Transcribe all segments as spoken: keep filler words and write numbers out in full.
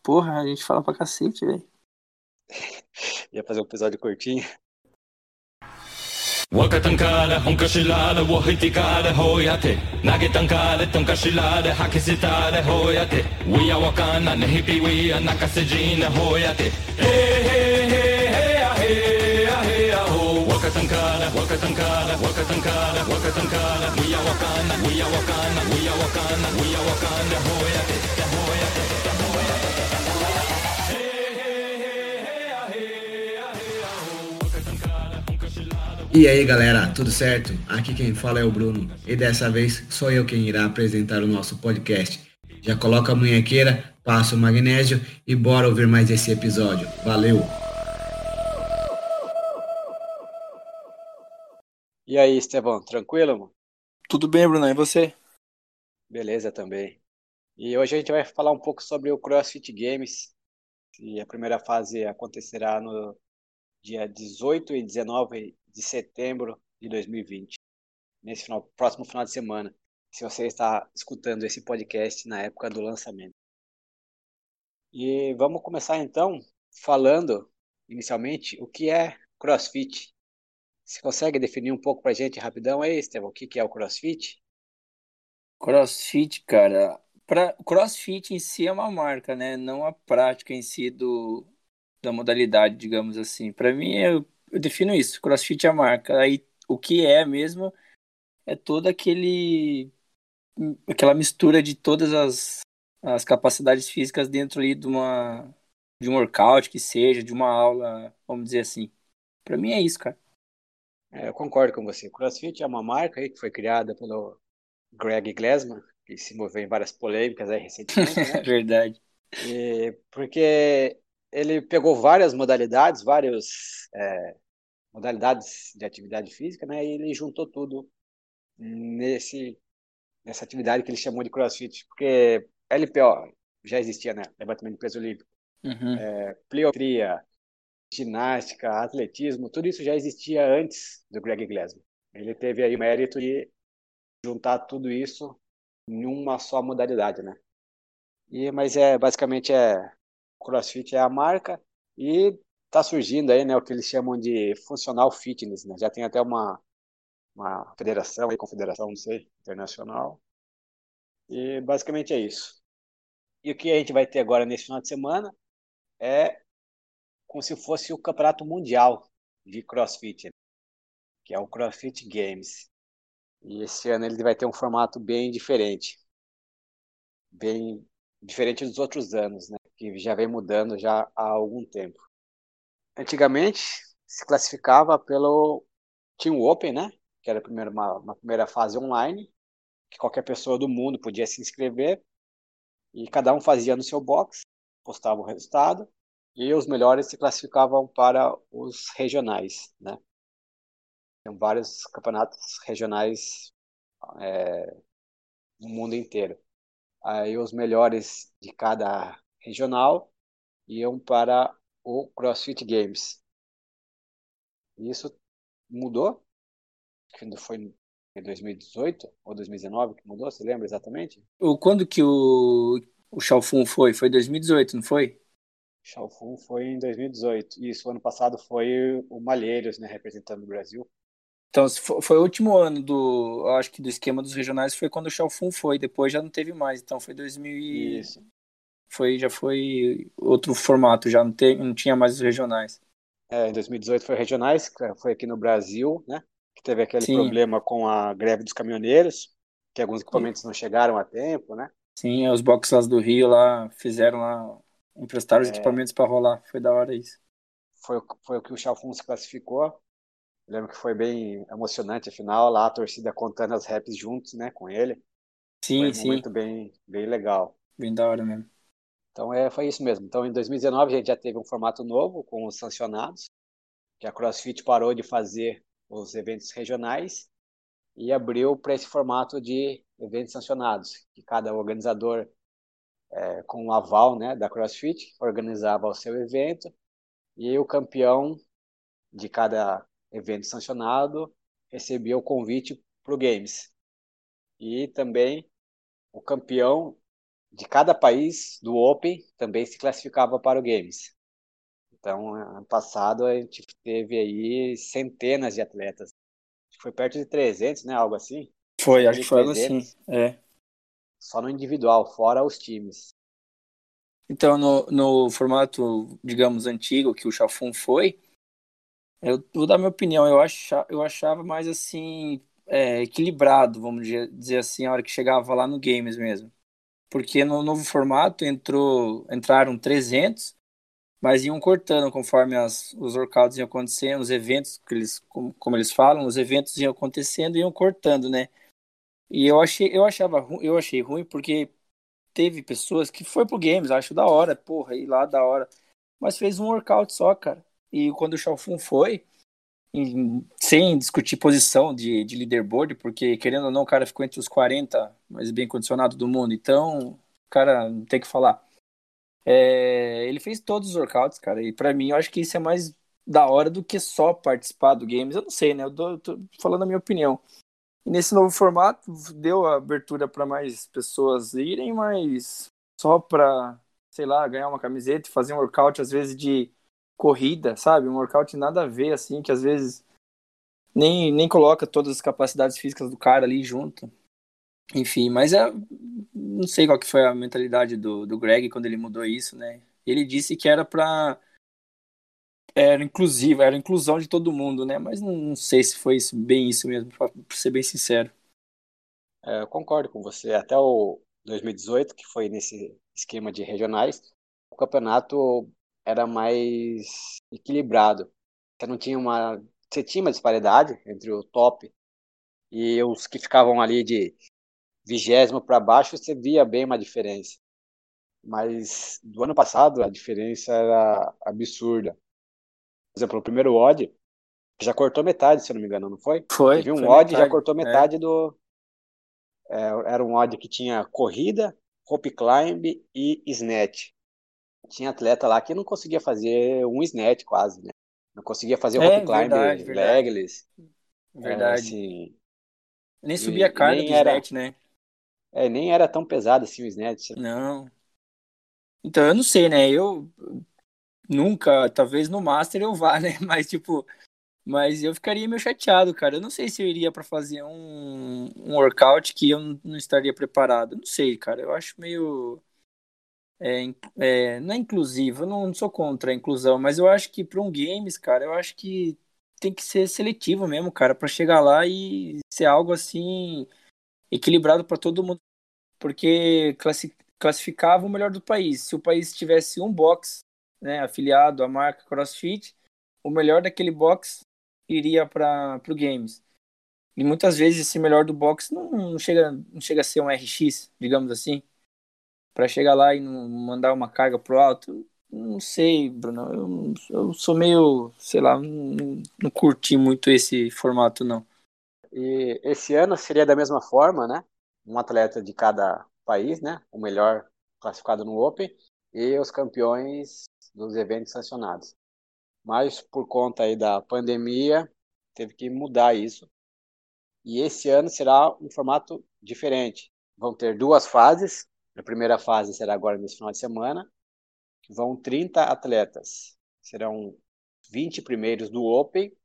Porra, a gente fala pra cacete, velho. Ia fazer um episódio curtinho. Wakatankara, Honkashilada, Wahitikada, Hoyate, Nagetankara, Tonkashilada, Hakisitada, Hoyate, We are Wakana, Nehipi, we are Nakasejina, Hoyate, Hey, hey, hey, hey, hey, hey, ho, Wakatankara, Wakatankara, Wakatankara, Wakatankara, We are Wakana, we are Wakana, we are Wakana, we are Wakana, Hoyate, Hoyate, Hoyate. E aí galera, tudo certo? Aqui quem fala é o Bruno e dessa vez sou eu quem irá apresentar o nosso podcast. Já coloca a munhequeira, passa o magnésio e bora ouvir mais esse episódio. Valeu! E aí, Estevão, tranquilo, mano? Tudo bem, Bruno? E você? Beleza também. E hoje a gente vai falar um pouco sobre o CrossFit Games. E a primeira fase acontecerá no dia dezoito e dezenove de setembro de dois mil e vinte, nesse final, próximo final de semana, se você está escutando esse podcast na época do lançamento. E vamos começar então falando, inicialmente, o que é CrossFit. Você consegue definir um pouco para a gente rapidão aí, Estevão, o que é o CrossFit? CrossFit, cara. Pra... CrossFit em si é uma marca, né? Não a prática em si do... da modalidade, digamos assim. Pra mim, eu... eu defino isso. CrossFit é a marca. Aí, o que é mesmo é todo aquele... aquela mistura de todas as, as capacidades físicas dentro ali de uma... de um workout que seja, de uma aula, vamos dizer assim. Pra mim é isso, cara. É, eu concordo com você. CrossFit é uma marca aí que foi criada pelo Greg Glassman, que se envolveu em várias polêmicas aí recentemente, né? Verdade. E porque ele pegou várias modalidades, várias é, modalidades de atividade física, né? E ele juntou tudo nesse nessa atividade que ele chamou de CrossFit, porque L P O já existia, né? Levantamento de peso olímpico, Uhum. é, pliometria, ginástica, atletismo, tudo isso já existia antes do Greg Glassman. Ele teve aí o mérito de juntar tudo isso em uma só modalidade, né? E, mas é basicamente é CrossFit é a marca e está surgindo aí, né, o que eles chamam de funcional fitness, né? Já tem até uma uma federação, aí, confederação, não sei, internacional. E basicamente é isso. E o que a gente vai ter agora nesse final de semana é como se fosse o campeonato mundial de CrossFit, que é o CrossFit Games. E esse ano ele vai ter um formato bem diferente, bem diferente dos outros anos, né? Que já vem mudando já há algum tempo. Antigamente se classificava pelo Team Open, né? Que era primeiro uma, uma primeira fase online, que qualquer pessoa do mundo podia se inscrever e cada um fazia no seu box, postava o resultado e os melhores se classificavam para os regionais, né? Tem vários campeonatos regionais é, no mundo inteiro. Aí os melhores de cada regional iam para o CrossFit Games. E isso mudou, que foi em dois mil e dezoito ou dois mil e dezenove que mudou, você lembra exatamente? O, quando que o, o Xiaofun foi? Foi dois mil e dezoito, não foi? Xiaofun foi em dois mil e dezoito. Isso, ano passado foi o Malheiros, né, representando o Brasil. Então, se fo- foi o último ano do, eu acho que do esquema dos regionais foi quando o Xiaofun foi, depois já não teve mais. Então foi dois mil e... Isso. foi, já foi outro formato, já não, te, não tinha mais os regionais. É, em dois mil e dezoito foi regionais, que foi aqui no Brasil, né? Que teve aquele Sim, problema com a greve dos caminhoneiros, que alguns e- equipamentos não chegaram a tempo, né? sim, os boxes lá do Rio lá fizeram lá, emprestaram os É, equipamentos para rolar, foi da hora isso. foi, foi o que o Chalfun se classificou. Eu lembro que foi bem emocionante, afinal, lá a torcida contando as raps juntos, né, com ele. Foi Sim, um sim, momento bem, bem legal. bem da hora mesmo. Então, é, foi isso mesmo. Então, em dois mil e dezenove, a gente já teve um formato novo com os sancionados, que a CrossFit parou de fazer os eventos regionais e abriu para esse formato de eventos sancionados, que cada organizador, é, com o aval, né, da CrossFit, organizava o seu evento e o campeão de cada evento sancionado recebia o convite para o Games. E também o campeão de cada país do Open também se classificava para o Games. Então, ano passado a gente teve aí centenas de atletas. Acho que foi perto de trezentos, né? Algo assim. Foi, Cerca acho de que foi algo assim. trezentos, É. só no individual, fora os times. Então, no, no formato, digamos, antigo que o Chafun foi, eu vou dar minha opinião. Eu, acha, eu achava mais assim, é, equilibrado, vamos dizer dizer assim, a hora que chegava lá no Games mesmo. Porque no novo formato entrou, entraram trezentos, mas iam cortando conforme as, os workouts iam acontecendo, os eventos, que eles, como, como eles falam, os eventos iam acontecendo e iam cortando, né? E eu achei, eu achava, ru- eu achei ruim porque teve pessoas que foi pro Games, acho da hora, porra, ir lá da hora, mas fez um workout só, cara. E quando o Xiaofun foi, em- sem discutir posição de, de leaderboard, porque querendo ou não, o cara ficou entre os quarenta mais bem condicionados do mundo, então, o cara não tem o que falar. É, ele fez todos os workouts, cara, e pra mim eu acho que isso é mais da hora do que só participar do Games. Eu não sei, né? Eu tô, tô falando a minha opinião. E nesse novo formato, deu a abertura para mais pessoas irem, mas só para, sei lá, ganhar uma camiseta e fazer um workout, às vezes, de corrida, sabe? Um workout nada a ver, assim, que às vezes nem, nem coloca todas as capacidades físicas do cara ali junto. Enfim, mas é, não sei qual que foi a mentalidade do, do Greg quando ele mudou isso, né? Ele disse que era para era inclusivo, era inclusão de todo mundo, né? Mas não, não sei se foi isso, bem isso mesmo, pra pra ser bem sincero. É, eu concordo com você. Até o dois mil e dezoito, que foi nesse esquema de regionais, o campeonato era mais equilibrado. Você não tinha uma, você tinha uma disparidade entre o top e os que ficavam ali de vigésimo para baixo, você via bem uma diferença. Mas do ano passado a diferença era absurda. Por exemplo, o primeiro odd já cortou metade, se eu não me engano, não foi? Foi, Teve um foi odd e já metade. cortou É. metade do. É, era um odd que tinha corrida, rope climb e snatch. Tinha atleta lá que não conseguia fazer um snatch quase, né? Não conseguia fazer o rope É, climb verdade, verdade. legless, é, Verdade. assim, Nem subia a e, e carga do nem era, snatch, né? é, nem era tão pesado assim o snatch. Não. Então, eu não sei, né? Eu nunca, talvez no Master eu vá, né? Mas, tipo, mas eu ficaria meio chateado, cara. Eu não sei se eu iria pra fazer um, um workout que eu não não estaria preparado. Eu não sei, cara. Eu acho meio. É, in- é, não é inclusivo, eu não sou contra a inclusão, mas eu acho que para um games, cara, eu acho que tem que ser seletivo mesmo, cara, para chegar lá e ser algo assim equilibrado para todo mundo, porque classi- classificava o melhor do país. Se o país tivesse um box, né, afiliado à marca CrossFit, o melhor daquele box iria para o games. E muitas vezes esse melhor do box não, não chega, não chega a ser um R X, digamos assim, para chegar lá e não mandar uma carga pro alto. Não sei, Bruno. Eu, eu sou meio, sei lá, não, não curti muito esse formato, não. E esse ano seria da mesma forma, né? Um atleta de cada país, né? O melhor classificado no Open e os campeões dos eventos sancionados. Mas por conta aí da pandemia, teve que mudar isso. E esse ano será um formato diferente. Vão ter duas fases. A primeira fase será agora nesse final de semana. Vão trinta atletas. Serão vinte primeiros do Open,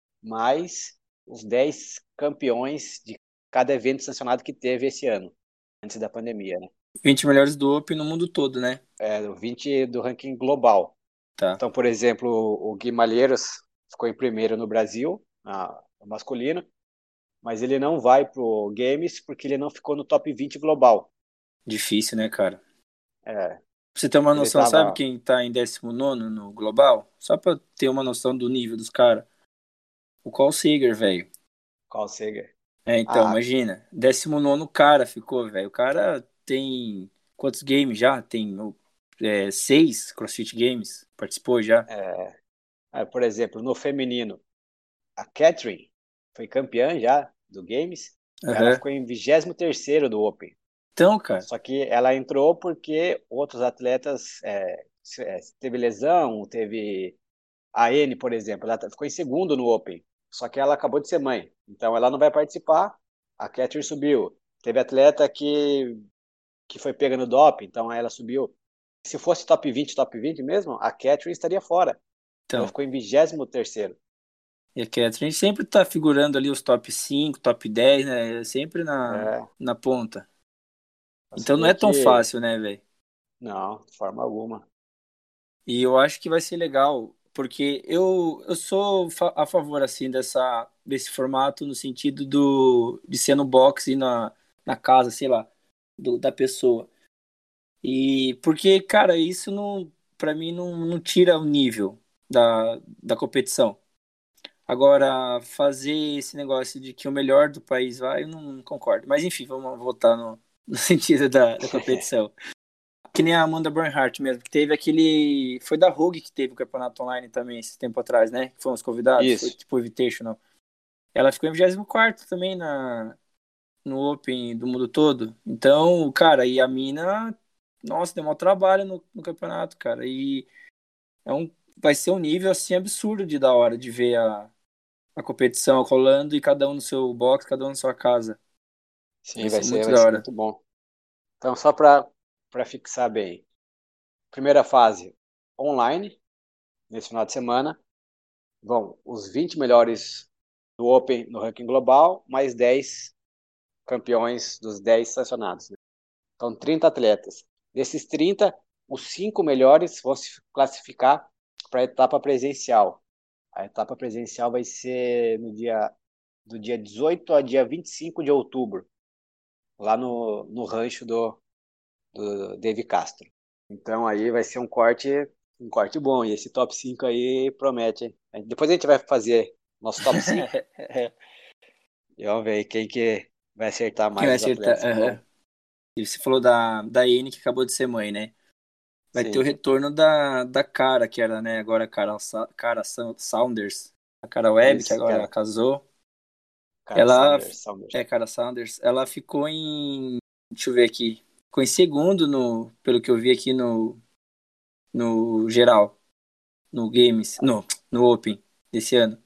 mais os dez campeões de cada evento sancionado que teve esse ano, antes da pandemia, né? vinte melhores do Open no mundo todo, né? É, o vinte do ranking global. Tá. Então, por exemplo, o Gui Malheiros ficou em primeiro no Brasil, a, o masculino, mas ele não vai pro Games porque ele não ficou no top vinte global. Difícil, né, cara? É, Pra você ter uma ele noção, sabe estava quem tá em décimo nono no global? Só pra ter uma noção do nível dos caras. O Cole Seager, velho. Carl Sager. É, então, Ah, imagina. décimo nono cara ficou, velho. O cara tem quantos games já? Tem é, seis CrossFit Games. Participou já. é, é, por exemplo, no feminino, a Catherine foi campeã já do Games. Ela Aham. ficou em vigésimo terceiro do Open. Então, cara. Só que ela entrou porque outros atletas é, se- é, teve lesão, teve a N, por exemplo, ela ficou em segundo no Open. Só que ela acabou de ser mãe, então ela não vai participar. A Catherine subiu. Teve atleta que que foi pega no doping, então ela subiu. Se fosse top vinte, top vinte mesmo, a Catherine estaria fora. Ela Então, ficou em vigésimo terceiro. e a Catherine sempre tá figurando ali os top cinco, top dez, né? Sempre na, É, na ponta. você Então não vê é tão que. fácil, né, velho? Não, de forma alguma. E eu acho que vai ser legal, porque eu, eu sou fa- a favor, assim, dessa, desse formato no sentido do, de ser no box e na, na casa, sei lá, do, da pessoa. E porque, cara, isso não, para mim não, não tira o nível da, da competição. Agora, fazer esse negócio de que o melhor do país vai, eu não concordo. Mas enfim, vamos voltar no, no sentido da, da competição. Que nem a Amanda Bernhardt mesmo, que teve aquele. Foi da Rogue que teve o campeonato online também, esse tempo atrás, né? Que foram os convidados, foi Isso. tipo Invitational. Ela ficou em vigésimo quarto também na, no Open do mundo todo. Então, cara, e a mina, nossa, deu um trabalho no, no campeonato, cara. E é um, vai ser um nível assim absurdo de da hora de ver a, a competição rolando e cada um no seu box, cada um na sua casa. Sim, Vai vai ser ser, muito vai da ser hora. muito bom. Então, só para para fixar bem. Primeira fase online, nesse final de semana. Vão os vinte melhores do Open no ranking global, mais dez campeões dos dez selecionados. Né? Então, trinta atletas. Desses trinta, os cinco melhores vão se classificar para a etapa presencial. A etapa presencial vai ser no dia, do dia dezoito a dia vinte e cinco de outubro, lá no, no rancho do, do Dave Castro. Então aí vai ser um corte, um corte bom. E esse top cinco aí promete, hein? Depois a gente vai fazer nosso top cinco e vamos ver quem que vai acertar Quem mais vai os acertar? atletas que Aham. vão. E você falou da, da Iene que acabou de ser mãe, né? Vai ter o Sim, retorno da, da Cara, que era, né, agora a Cara, Sa- Cara Sa- Saunders. A Cara é Webb, que isso, agora cara. casou. Cara, Ela Saunders, Saunders. é Cara Saunders. Ela ficou em. Deixa eu ver aqui. Ficou em segundo no, pelo que eu vi aqui no, no geral, no Games, no, no Open desse ano.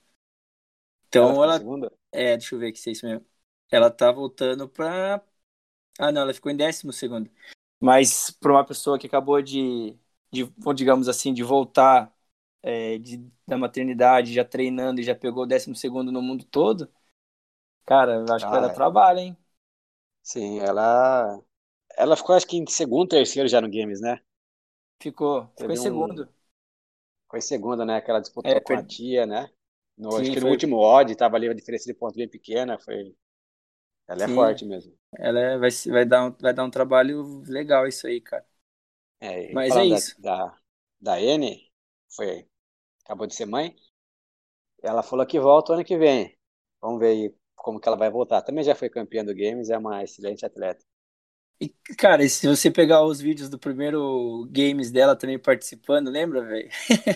Ela Então ficou em ela. segunda? É, deixa eu ver aqui se é isso mesmo. Ela tá voltando pra. Ah, não, ela ficou em décimo segundo. Mas para uma pessoa que acabou de, de, digamos assim, de voltar é, de, da maternidade, já treinando e já pegou o décimo segundo no mundo todo, cara, eu acho que vai dar Ah, trabalho, hein? sim, ela. Ela ficou acho que em segundo, terceiro já no Games, né? Ficou, ficou em Teve um. segundo. Foi segunda, né? Que ela É, disputou com a per... tia, né? No, acho Sim, que no foi. último odd, tava ali a diferença de ponto bem pequena. Foi. Ela é Sim, forte mesmo. ela é- vai, se- vai dar um, vai dar um trabalho legal isso aí, cara. É, e Mas é falando da, isso. da, da N, foi, acabou de ser mãe, ela falou que volta o ano que vem. Vamos ver aí como que ela vai voltar. Também já foi campeã do Games, é uma excelente atleta. E, cara, e se você pegar os vídeos do primeiro games dela também participando, lembra, velho?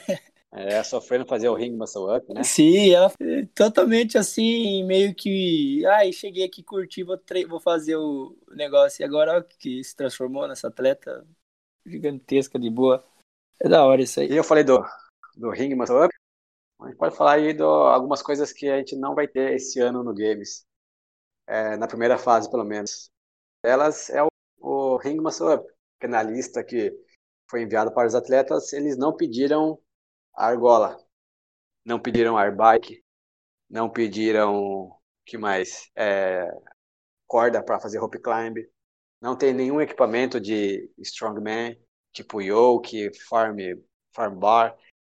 É, sofrendo fazer o ring muscle up, né? Sim, ela é totalmente assim, meio que. Ai, cheguei aqui, curti, vou, tre- vou fazer o negócio. E agora ó, que se transformou nessa atleta gigantesca de boa. É da hora isso E aí. eu falei do, do ring muscle up, a gente pode falar aí de algumas coisas que a gente não vai ter esse ano no Games, é, na primeira fase pelo menos. Elas é o, o ring muscle up, que na lista que foi enviado para os atletas, eles não pediram a argola, não pediram airbike, não pediram, que mais? É, corda para fazer rope climb, não tem nenhum equipamento de strongman, tipo yoke, farm, farm bar,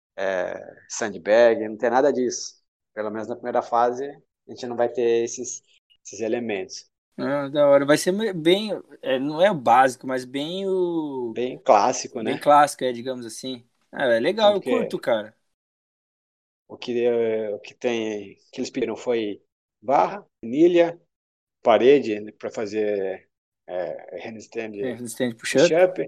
é, sandbag, não tem nada disso. Pelo menos na primeira fase, a gente não vai ter esses, esses elementos. Ah, da hora. Vai ser bem. É, não é o básico, mas bem o. Bem clássico, Bem né? clássico, é, digamos assim. Ah, é legal, Tanto eu que curto, cara. o que, o que tem que eles pediram foi barra, anilha, parede para fazer é, handstand É, resistente push-up. push-up,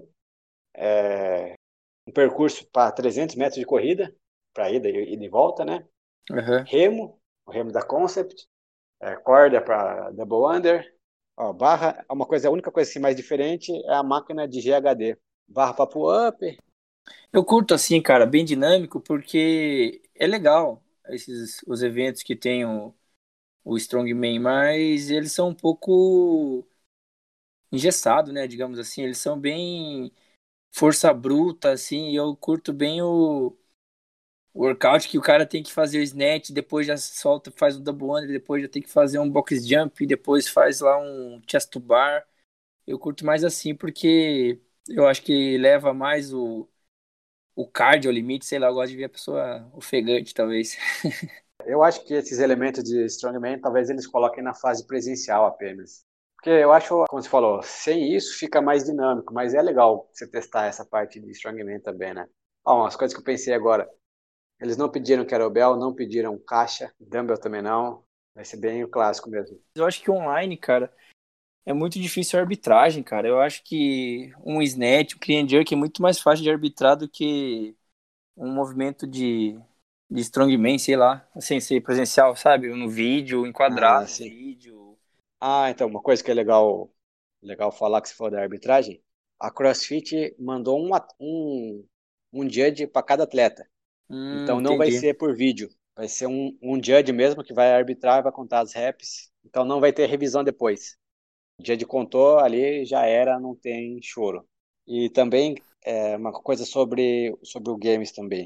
é, um percurso para trezentos metros de corrida, para ida e de volta, né? Aham. Remo, o remo da Concept, é, corda para double under, ó, barra, uma coisa, a única coisa assim mais diferente é a máquina de G H D, barra para pull-up, Eu curto assim, cara, bem dinâmico, porque é legal esses os eventos que tem o, o Strongman, mas eles são um pouco engessado, né, digamos assim. Eles são bem força bruta, assim, e eu curto bem o workout que o cara tem que fazer o snatch, depois já solta, faz um double under, depois já tem que fazer um box jump, depois faz lá um chest to bar. Eu curto mais assim porque eu acho que leva mais o, o cardio ao limite, sei lá, eu gosto de ver a pessoa ofegante, talvez. Eu acho que esses elementos de strongman, talvez eles coloquem na fase presencial apenas. Porque eu acho, como você falou, sem isso fica mais dinâmico, mas é legal você testar essa parte de strongman também, né? Ó, umas coisas que eu pensei agora. Eles não pediram kettlebell, não pediram caixa, dumbbell também não. Vai ser bem o clássico mesmo. Eu acho que online, cara, é muito difícil a arbitragem, cara. Eu acho que um snatch, um clean and jerk é muito mais fácil de arbitrar do que um movimento de, de strongman, sei lá, sem ser presencial, sabe? No vídeo, Ah, enquadrado no sim. vídeo. Ah, então, uma coisa que é legal, legal falar que se for da arbitragem, a CrossFit mandou um, at- um, um judge para cada atleta. Hum, Então não vai entendi. ser por vídeo, vai ser um, um judge mesmo que vai arbitrar, vai contar as reps. Então não vai ter revisão depois. O judge contou ali, já era, não tem choro. E também é, uma coisa sobre, sobre o games também.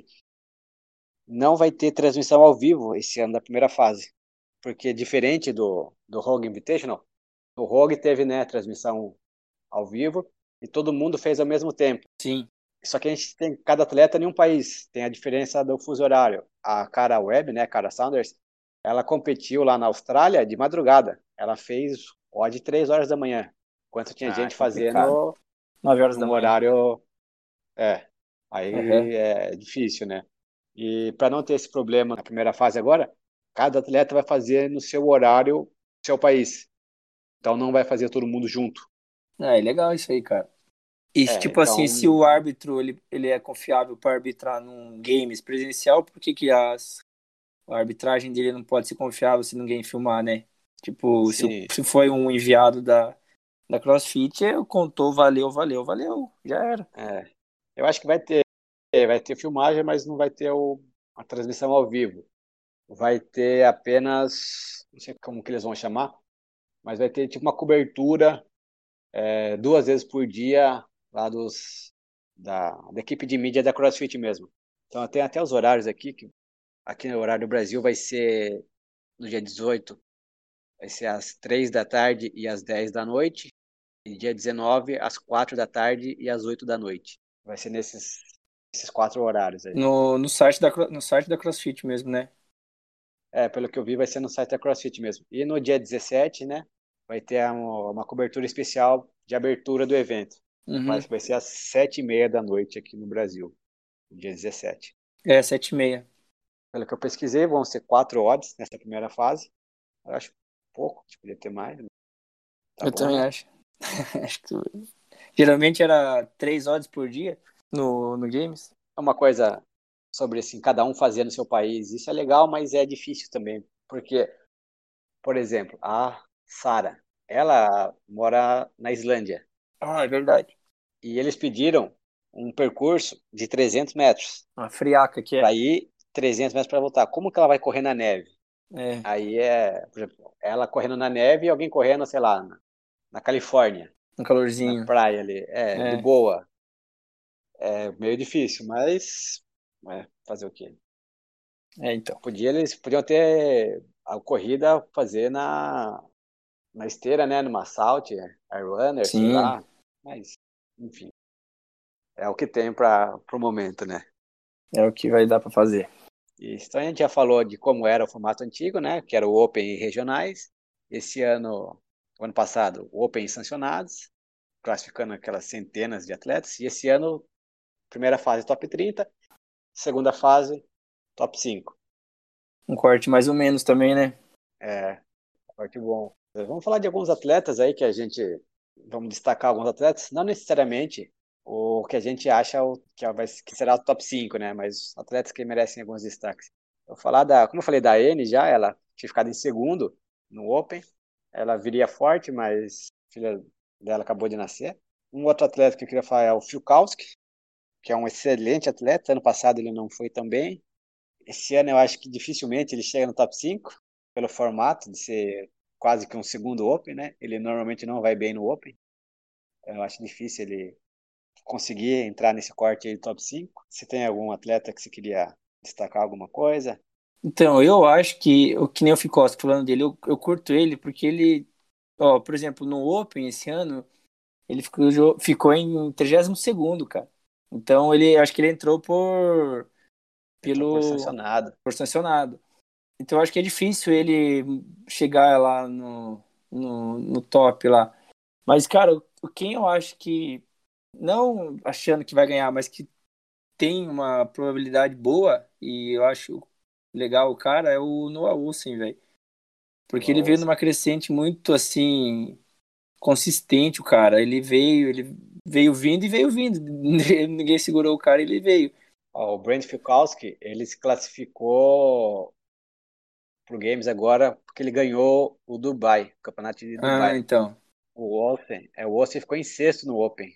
Não vai ter transmissão ao vivo esse ano da primeira fase, porque diferente do, do Rogue Invitational, o Rogue teve, né, transmissão ao vivo e todo mundo fez ao mesmo tempo. Sim. Só que a gente tem cada atleta em um país, tem a diferença do fuso horário. A Cara Webb, né, Cara Saunders, ela competiu lá na Austrália de madrugada. Ela fez odd três horas da manhã, enquanto tinha Ah, gente complicado. fazendo Nove horas da num manhã. horário, é, Aham. aí é difícil, né? E para não ter esse problema na primeira fase agora, cada atleta vai fazer no seu horário, no seu país. Então não vai fazer todo mundo junto. Ah, é legal isso aí, cara. E, É, tipo assim, se então, o árbitro ele, ele é confiável para arbitrar num games presencial, por que que as, a arbitragem dele não pode ser confiável se ninguém filmar, né? Tipo, se, o- sim, se foi um enviado da, da CrossFit, eu contou, valeu, valeu, valeu, já era. é, eu acho que vai ter, vai ter filmagem, mas não vai ter o, a transmissão ao vivo. Vai ter apenas, não sei como que eles vão chamar, mas vai ter tipo uma cobertura é, duas vezes por dia lá dos da, da equipe de mídia da CrossFit mesmo. Então tem até os horários aqui, que aqui no horário do Brasil vai ser no dia dezoito, vai ser às três da tarde e às dez da noite, e dia dezenove às quatro da tarde e às oito da noite. Vai ser nesses, esses quatro horários aí. No, no site da, Cro- no site da CrossFit mesmo, né? É, pelo que eu vi, vai ser no site da CrossFit mesmo. E no dia dezessete, né, vai ter uma, uma cobertura especial de abertura do evento. Uhum. Parece que vai ser às sete e meia da noite aqui no Brasil, no dia dezessete. É, sete e meia. Pelo que eu pesquisei, vão ser quatro odds nessa primeira fase. Eu acho pouco, acho que podia ter mais. Tá Eu bom, também né? acho. Acho que geralmente era três odds por dia no, no Games. É uma coisa sobre assim, cada um fazer no seu país. Isso é legal, mas é difícil também. Porque, por exemplo, a Sara, ela mora na Islândia. Ah, é verdade. E eles pediram um percurso de trezentos metros A friaca que para é. ir, trezentos metros para voltar. Como que ela vai correr na neve? É, Aí é, por exemplo, ela correndo na neve e alguém correndo, sei lá, na, na Califórnia, um na calorzinho. praia ali. É, de É, boa. É meio difícil, mas é, fazer o quê? é então. Podia, eles podiam ter a corrida fazer na, na esteira, né? Numa Salt, Airrunner, sei Sim, lá. Mas, enfim, é o que tem para o momento, né? é o que vai dar pra fazer. Isso. Então a gente já falou de como era o formato antigo, né? Que era o Open e regionais. Esse ano, o ano passado, o Open e sancionados, classificando aquelas centenas de atletas. E esse ano, primeira fase top trinta, segunda fase top cinco. Um corte mais ou menos também, né? É, muito bom. Vamos falar de alguns atletas aí que a gente, vamos destacar alguns atletas, não necessariamente o que a gente acha o, que, vai, que será o top cinco, né? Mas atletas que merecem alguns destaques. Eu vou falar da, como eu falei da N já, ela tinha ficado em segundo no Open. Ela viria forte, mas a filha dela acabou de nascer. Um outro atleta que eu queria falar é o Fiukowski, que é um excelente atleta. Ano passado ele não foi tão bem. Esse ano eu acho que dificilmente ele chega no top cinco, pelo formato de ser quase que um segundo Open, né? Ele normalmente não vai bem no Open. eu acho difícil ele conseguir entrar nesse corte aí do top cinco. Se tem algum atleta que você queria destacar alguma coisa? Então, eu acho que, o que nem eu fico falando dele, eu, eu curto ele porque ele, ó, por exemplo, no Open esse ano, ele ficou, jo- ficou em trigésimo segundo, cara. Então, ele, acho que ele entrou por, Entrou por pelo, sancionado. por sancionado. Então, eu acho que é difícil ele chegar lá no, no, no top lá. Mas, cara, o- quem eu acho que, não achando que vai ganhar, mas que tem uma probabilidade boa, e eu acho legal o cara, é o Noah Olsen, velho. Porque ele veio numa crescente muito, assim, consistente, o cara. Ele veio, ele veio vindo e veio vindo. Ninguém segurou o cara e ele veio. Ó, o Brent Fikowski, ele se classificou pro Games agora porque ele ganhou o Dubai, o campeonato de Ah, Dubai. então. O Olsen, é, o Olsen ficou em sexto no Open.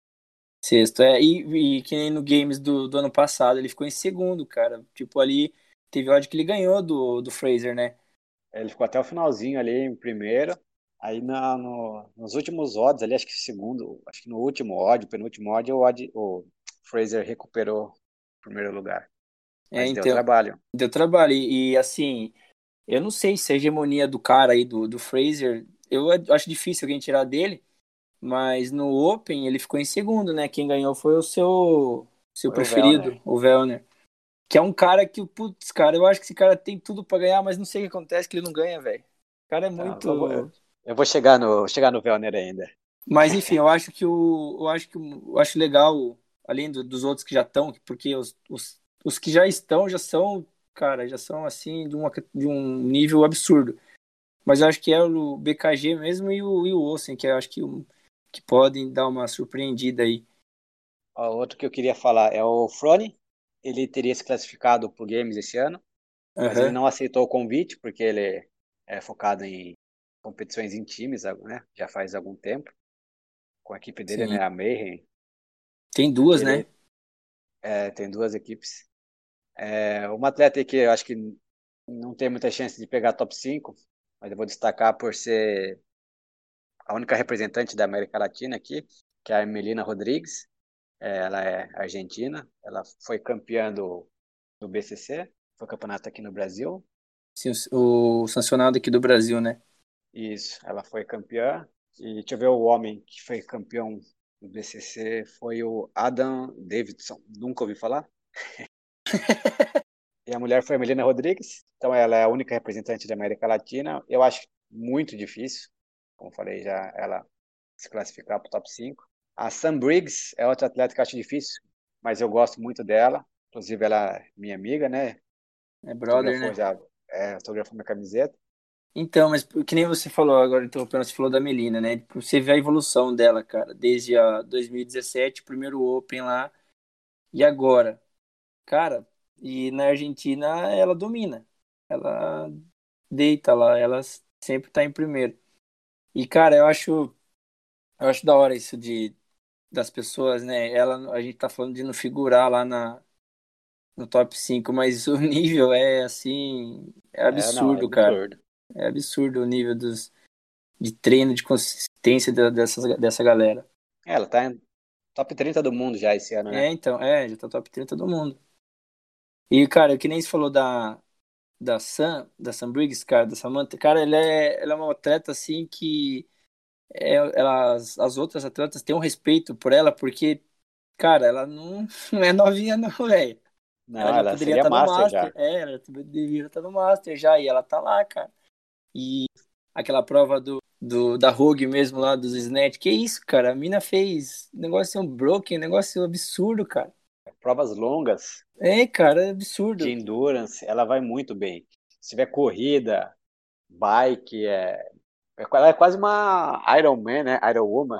Sexto. É, e, e que nem no Games do, do ano passado, ele ficou em segundo, cara. Tipo, ali teve hora que ele ganhou do, do Fraser, né? Ele ficou até o finalzinho ali em primeiro. Aí na, no, nos últimos odds ali, acho que segundo, acho que no último odd, penúltimo odd, o, odd, o Fraser recuperou o primeiro lugar. É, Mas deu então. trabalho. Deu trabalho. E, e, assim, eu não sei se a hegemonia do cara aí, do, do Fraser, eu acho difícil alguém tirar dele, mas no Open ele ficou em segundo, né? Quem ganhou foi o seu, seu Foi o Vellner. preferido, o Vellner. Que é um cara que, putz, cara, eu acho que esse cara tem tudo pra ganhar, mas não sei o que acontece que ele não ganha, velho. O cara é Tá, eu vou, muito. eu vou chegar no, chegar no Vellner ainda. Mas enfim, eu acho que o. Eu acho que o- eu acho legal, além do- dos outros que já estão, porque os, os, os que já estão já são, cara, já são assim de, uma, de um nível absurdo. Mas eu acho que é o B K G mesmo e o, e o Olsen, que eu acho que, um- que podem dar uma surpreendida aí. Ó, outro que eu queria falar é o Froning. Ele teria se classificado pro Games esse ano, mas ele Aham, não aceitou o convite, porque ele é focado em competições em times, né? Já faz algum tempo. Com a equipe dele, sim. né? A Mayhem. Tem duas, né? Ele é, tem duas equipes. É, uma atleta aí que eu acho que não tem muita chance de pegar top cinco, mas eu vou destacar por ser a única representante da América Latina aqui, que é a Melina Rodrigues. É, ela é argentina, ela foi campeã do, do B C C, foi campeonato aqui no Brasil. Sim, o, o sancionado aqui do Brasil, né? Isso, ela foi campeã. E deixa eu ver o homem que foi campeão do B C C, foi o Adam Davidson. Nunca ouvi falar. E a mulher foi a Melina Rodrigues, então ela é a única representante da América Latina. Eu acho muito difícil, como falei já, ela se classificar para o top cinco. A Sam Briggs é outra atleta que eu acho difícil, mas eu gosto muito dela. Inclusive, ela é minha amiga, né? É brother, Autografou né? já, é, autografou minha camiseta. Então, mas que nem você falou agora, interrompendo, você falou da Melina, né? Tipo, você vê a evolução dela, cara, desde a dois mil e dezessete, primeiro Open lá, e agora. Cara, e na Argentina ela domina. Ela deita lá, ela sempre tá em primeiro. E, cara, eu acho, eu acho da hora isso de das pessoas, né? Ela, a gente tá falando de não figurar lá na, no top cinco, mas o nível é assim, é É, não, é absurdo, cara. absurdo. É absurdo o nível dos, de treino, de consistência da- dessas, dessa galera. Ela tá em top trinta do mundo já esse ano, né? É, então, é, já tá top trinta do mundo. E, cara, que nem você falou da, da Sam, da Sam Briggs, cara, da Samantha, cara, ela é, ela é uma atleta, assim, que é, elas, as outras atletas têm um respeito por ela, porque, cara, ela não, não é novinha não, velho. Ela Não, já ela poderia seria estar no master já. Master, é, ela deveria estar no Master já, e ela tá lá, cara. E aquela prova do, do da Rogue mesmo lá, dos Snatch, que isso, cara, a mina fez negócio um broken, negócio absurdo, cara. Provas longas É, cara, é de absurdo. endurance, ela vai muito bem. Se tiver corrida, bike, é, ela é quase uma Iron Man, né? Iron Woman.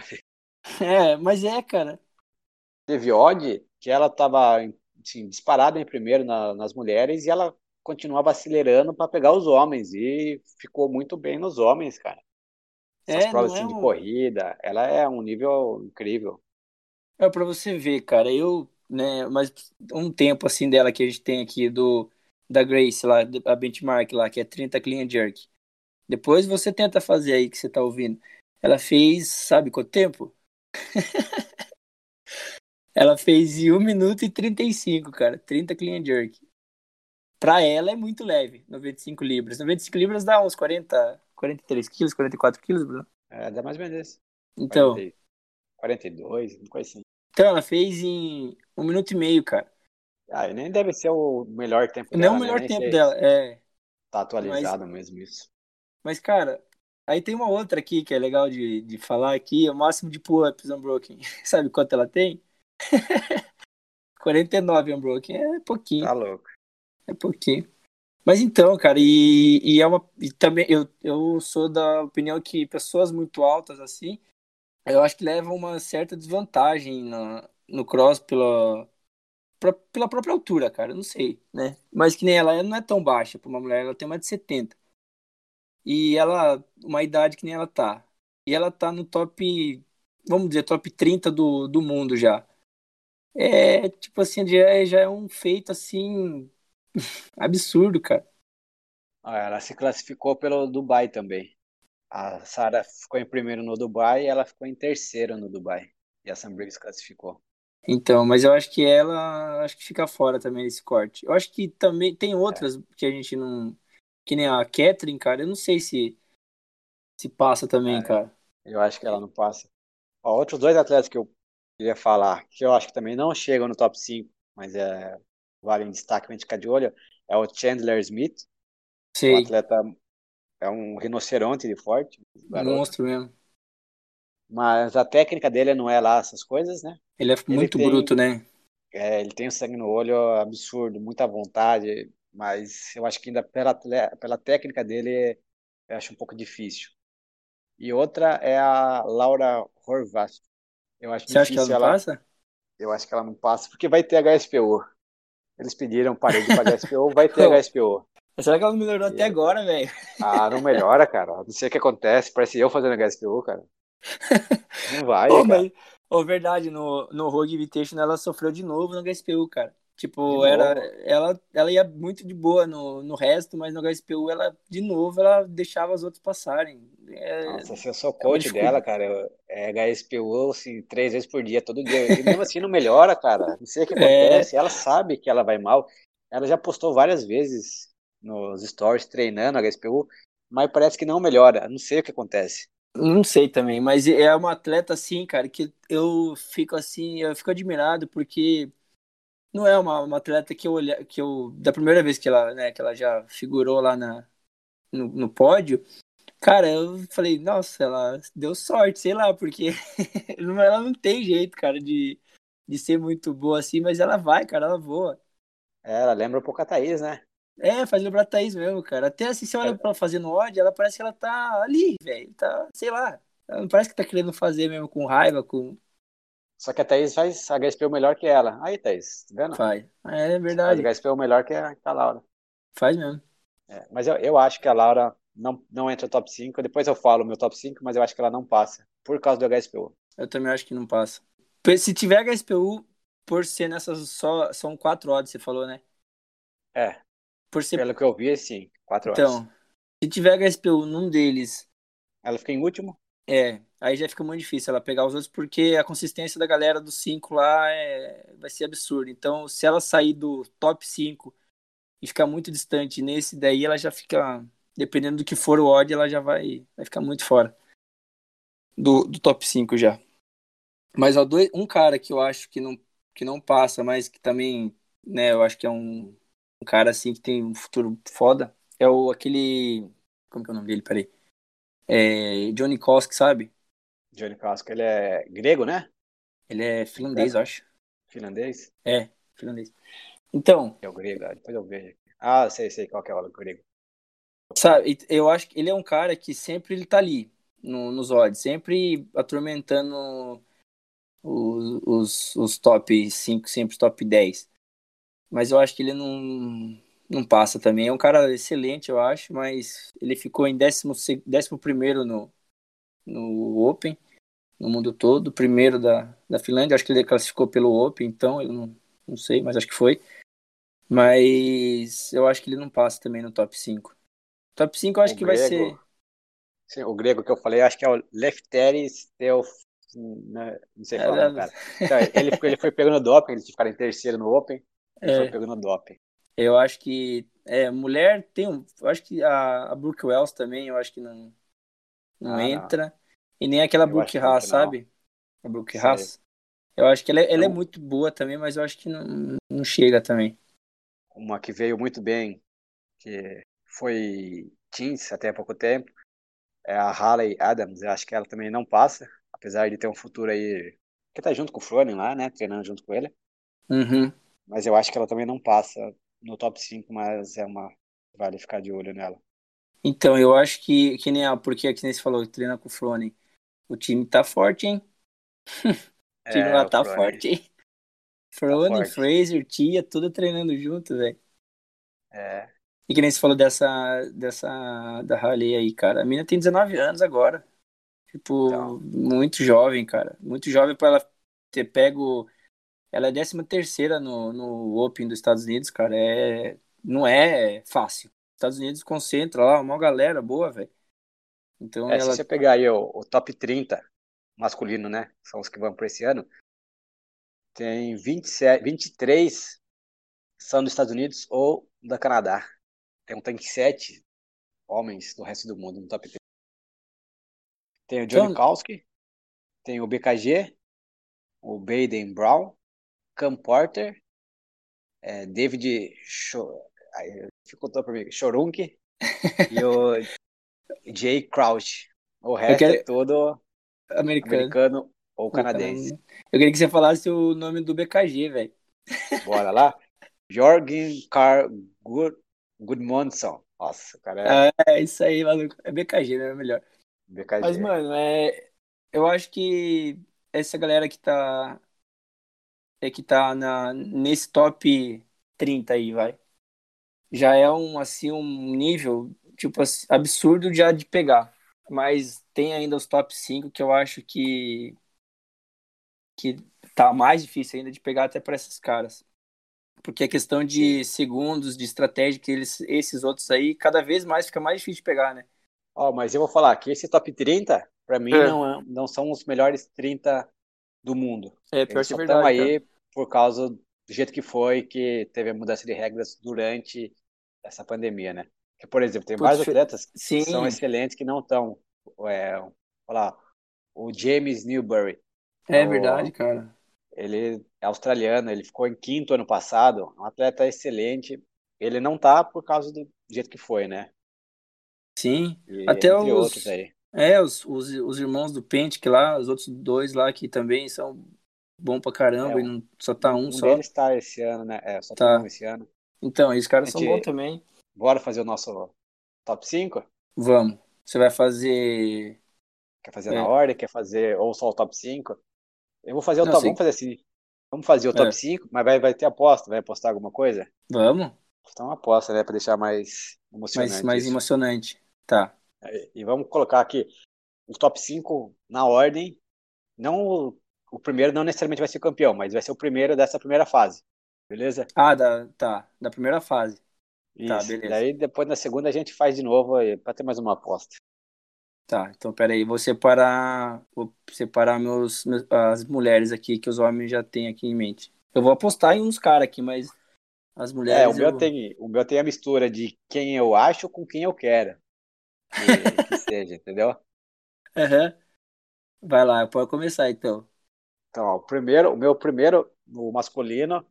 É, mas é, cara. Teve odd que ela estava assim, disparada em primeiro na, nas mulheres e ela continuava acelerando para pegar os homens e ficou muito bem nos homens, cara. Essas É, provas não é assim de um. corrida, ela é um nível incrível. É pra você ver, cara. Eu, né, mas um tempo assim dela que a gente tem aqui do da Grace lá, a benchmark lá, que é trinta clean and jerk. Depois você tenta fazer aí que você tá ouvindo. Ela fez, sabe quanto tempo? Ela fez em um minuto e trinta e cinco, cara. trinta clean and jerk. Pra ela é muito leve, noventa e cinco libras. noventa e cinco libras dá uns quarenta, quarenta e três quilos, quarenta e quatro quilos, Bruno. É, dá mais ou menos isso. Então, quarenta, quarenta e dois, uma coisa assim. então ela fez em um minuto e meio, cara. Ah, e nem deve ser o melhor tempo Não é dela, o né? melhor Nem tempo sei dela, se é. tá Mas, atualizado mesmo isso. mas, cara, aí tem uma outra aqui que é legal de, de falar aqui, é o máximo de pull-ups unbroken. Sabe quanto ela tem? quarenta e nove unbroken. É Tá pouquinho, louco. é pouquinho. Mas então, cara, e, e é uma. E também eu, eu sou da opinião que pessoas muito altas assim, eu acho que levam uma certa desvantagem na, no cross pela, pra- pela própria altura, cara. Eu não sei, né? Mas que nem ela, ela não é tão baixa pra uma mulher, ela tem mais de setenta. E ela, uma idade que nem ela tá. E ela tá no top, vamos dizer, top trinta do, do mundo já. É, tipo assim, já é, já é um feito assim, absurdo, cara. Ah, ela se classificou pelo Dubai também. A Sarah ficou em primeiro no Dubai e ela ficou em terceiro no Dubai. E a Sam Briggs classificou. Então, mas eu acho que ela, acho que fica fora também desse corte. Eu acho que também tem É, outras que a gente não, que nem a Catherine, cara, eu não sei se se passa também, é, cara. eu acho que ela não passa. Ó, outros dois atletas que eu queria falar, que eu acho que também não chegam no top cinco, mas é, vale um destaque pra gente ficar de olho, é o Chandler Smith, um Sei, atleta, é um rinoceronte de forte, um garoto. monstro mesmo. Mas a técnica dele não é lá essas coisas, né? Ele é Ele muito bruto, tem, né? é, ele tem o sangue no olho absurdo, muita vontade, mas eu acho que ainda pela, atle- pela técnica dele, eu acho um pouco difícil. E outra é a Laura Horvath. Eu acho Você acha que ela difícil não ela, passa? eu acho que ela não passa, porque vai ter H S P O. Eles pediram, parei de pagar H S P O, vai ter Pô, H S P O. será que ela não melhorou até E, agora, velho? ah, não melhora, cara. Não sei o que acontece, parece eu fazendo H S P O, cara. Não vai, Pô, cara. mas, ô, verdade, no, no Rogue Invitational ela sofreu de novo no H S P U, cara. De Tipo, era, novo. ela, ela ia muito de boa no, no resto, mas no H S P U ela, de novo, ela deixava os outros passarem. É, Nossa, se eu sou é uma coach dela, dificuldade. cara, eu- é H S P O, assim, três vezes por dia, todo dia. E mesmo assim não melhora, cara. Não sei o que É, acontece. Ela sabe que ela vai mal. Ela já postou várias vezes nos stories treinando H S P O, mas parece que não melhora. Não sei o que acontece. não sei também, mas é uma atleta assim, cara, que eu fico assim, eu fico admirado porque não é uma, uma atleta que eu olha, que eu da primeira vez que ela, né, que ela já figurou lá na, no, no pódio. Cara, eu falei, nossa, ela deu sorte, sei lá, porque não- ela não tem jeito, cara, de, de ser muito boa assim, mas ela vai, cara, ela voa. É, ela lembra um pouco a Thaís, né? É, faz lembrar a Thaís mesmo, cara. Até assim, você olha pra ela fazendo ódio, ela parece que ela tá ali, velho. Tá, sei lá. Ela não parece que tá querendo fazer mesmo com raiva, com. Só que a Thaís faz H S P O melhor que ela. Aí, Thaís, tá vendo? Faz. É Você faz verdade. H S P O melhor que a, que a Laura. Faz mesmo. É, mas eu, eu acho que a Laura não, não entra no top cinco. Depois eu falo o meu top cinco, mas eu acho que ela não passa. Por causa do H S P O. Eu também acho que não passa. Se tiver H S P U, por ser nessas só. São quatro odds, você falou, né? É, Por ser. pelo que eu vi, sim. Quatro horas. Então, se tiver H S P U num deles. Ela fica em último. É, aí já fica muito difícil ela pegar os outros, porque a consistência da galera dos cinco lá é, vai ser absurda. Então, se ela sair do top cinco e ficar muito distante nesse daí, ela já fica, dependendo do que for o odd, ela já vai, vai ficar muito fora do, do top cinco já. Mas ó, dois, um cara que eu acho que não, que não passa, mas que também, né, eu acho que é um, um cara assim que tem um futuro foda, é o aquele. Como que é o nome dele? Peraí. É Johnny Kosk, sabe? Johnny Casco, ele é grego, né? Ele é finlandês, Sueco? eu acho. Finlandês? É, finlandês. Então, É o grego, ah, depois eu vejo aqui. Ah, sei, sei qual que é o grego. sabe, eu acho que ele é um cara que sempre ele tá ali no, nos odds, sempre atormentando os, os, os top cinco, sempre os top dez. Mas eu acho que ele não, não passa também. É um cara excelente, eu acho, mas ele ficou em décimo, se- décimo primeiro no, no Open, no mundo todo, primeiro da, da Finlândia. Acho que ele classificou pelo Open, então eu não, não sei, mas acho que foi. Mas eu acho que ele não passa também no top cinco. Top cinco eu acho O que vai grego, ser. sim, o grego que eu falei, acho que é o Lefteris Não, não sei falar não, É, cara. Então, ele, ele foi pegando doping, ele ficaram em terceiro no Open, ele foi é, pegando doping. eu acho que é, mulher tem um. Eu acho que a, a Brooke Wells também, eu acho que não, não Ah, não. entra. E nem aquela Eu acho Brooke também Haas, que não. sabe? A Brooke Sei. Haas. Eu acho que ela, é- É ela é um- muito boa também, mas eu acho que não, não chega também. uma que veio muito bem, que foi teens até há pouco tempo, é a Hayley Adams. Eu acho que ela também não passa, apesar de ter um futuro aí, que tá junto com o Froning lá, né, treinando junto com ele. Uhum. Mas eu acho que ela também não passa no top cinco, mas é uma, vale ficar de olho nela. Então, eu acho que, que nem a, porque aqui nem você falou, treina com o Frone. O time tá forte, hein? O time É, lá o tá Froning forte, hein? tá Frone, forte. Fraser, Tia, tudo treinando junto, velho. É, E que nem você falou dessa, dessa, da Harley aí, cara. A mina tem dezenove anos agora. Tipo, então, muito jovem, cara. Muito jovem pra ela ter pego. Ela é décima terceira no, no Open dos Estados Unidos, cara. É, não é fácil. Estados Unidos concentra lá, uma galera boa, velho. Então é, se ela. você pegar aí o, o top trinta masculino, né, são os que vão para esse ano, tem vinte e sete, vinte e três são dos Estados Unidos ou da Canadá. Tem um tanque sete homens do resto do mundo no top trinta. Tem o Johnny Então, Kowski, tem o B K G, o Baden Brown, Cam Porter, é, David Cho... Aí, dificultou para mim, Chorunk e o Jay Crouch. O eu resto é quero. todo Americano. americano ou Ou canadense. Canadá. Eu queria que você falasse o nome do B K G, velho. Bora lá. Jorgen Carl Good, Goodmanson. Nossa, o cara Ah, é isso aí, maluco. É B K G, né? É melhor. é Mas, B K G. mano, é. Eu acho que essa galera que tá. É que tá na, nesse top trinta aí, vai. Já é um, assim, um nível, tipo, assim, absurdo já de pegar. Mas tem ainda os top cinco que eu acho que, que tá mais difícil ainda de pegar até para esses caras. Porque a questão de Sim. segundos, de estratégia, que eles, esses outros aí, cada vez mais fica mais difícil de pegar, né? Ó, mas eu vou falar que esse top trinta, para mim, É, não, é- não são os melhores trinta do mundo. é pior Eles que é só estão verdade, cara. aí por causa do jeito que foi, que teve a mudança de regras durante essa pandemia, né? Que, por exemplo, tem Putz, vários fe- atletas que são sim, excelentes que não estão. É, falar, o James Newbury, é é o, verdade, cara. ele é australiano, ele ficou em quinto ano passado, um atleta excelente. Ele não tá por causa do jeito que foi, né? Sim, E até entre outros os, aí. é, os, os, os irmãos do Pente, que lá, os outros dois lá que também são bom pra É, caramba e um, não, só tá um um só, deles está esse ano, né? É, só tem um tá. esse ano. Então, esses caras A são bons gente, também. bora fazer o nosso top cinco. Vamos. Você vai fazer. Quer fazer na É, ordem? Quer fazer ou só o top cinco? Eu vou fazer o não top. sei. Vamos fazer assim. Vamos fazer o top É, cinco, mas vai, vai ter aposta. Vai apostar alguma coisa? vamos, Então, uma aposta, né? Para deixar mais mas emocionante mais isso. emocionante. Tá, E vamos colocar aqui o top cinco na ordem. Não o, o primeiro não necessariamente vai ser campeão, mas vai ser o primeiro dessa primeira fase. Beleza? ah, da, tá, da primeira fase. Tá, Isso. beleza. Daí depois na segunda a gente faz de novo para ter mais uma aposta. Tá, então peraí, vou separar, vou separar meus, meus- as mulheres aqui que os homens já têm aqui em mente. Eu vou apostar em uns caras aqui, mas as É, o mulheres meu eu. tem, o meu tem a mistura de quem eu acho com quem eu quero que, que seja, entendeu? Aham. Vai lá, pode começar então. Então, ó, o primeiro, o meu primeiro, o masculino,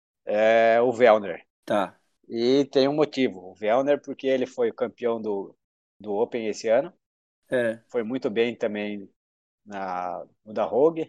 é o Vellner. Tá. E tem um motivo. O Vellner, porque ele foi campeão do, do Open esse ano. É, Foi muito bem também na, no da Rogue.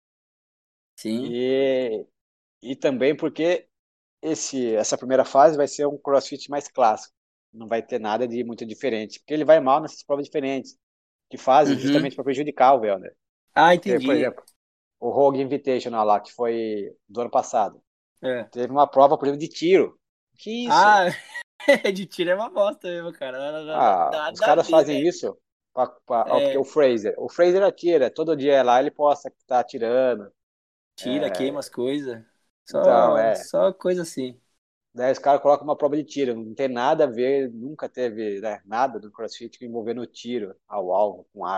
sim. E, e também porque esse, essa primeira fase vai ser um CrossFit mais clássico. Não vai ter nada de muito diferente. Porque ele vai mal nessas provas diferentes, que fazem Uhum. justamente para prejudicar o Vellner. Ah, Porque, por entendi. exemplo, o Rogue Invitational lá, que foi do ano passado, É. teve uma prova, por exemplo, de tiro. Que isso? Ah, de tiro é uma bosta mesmo, cara. Nada, nada, Ah, os nada a caras ver, fazem velho. isso pra, pra, ó, porque o É, Fraser, o Fraser atira, todo dia lá ele posta que tá atirando. tira, queima É, as coisas. então, Só, é. só coisa assim. Daí os caras colocam uma prova de tiro, não tem nada a ver, nunca teve, né, nada do CrossFit envolvendo tiro ao alvo com arma.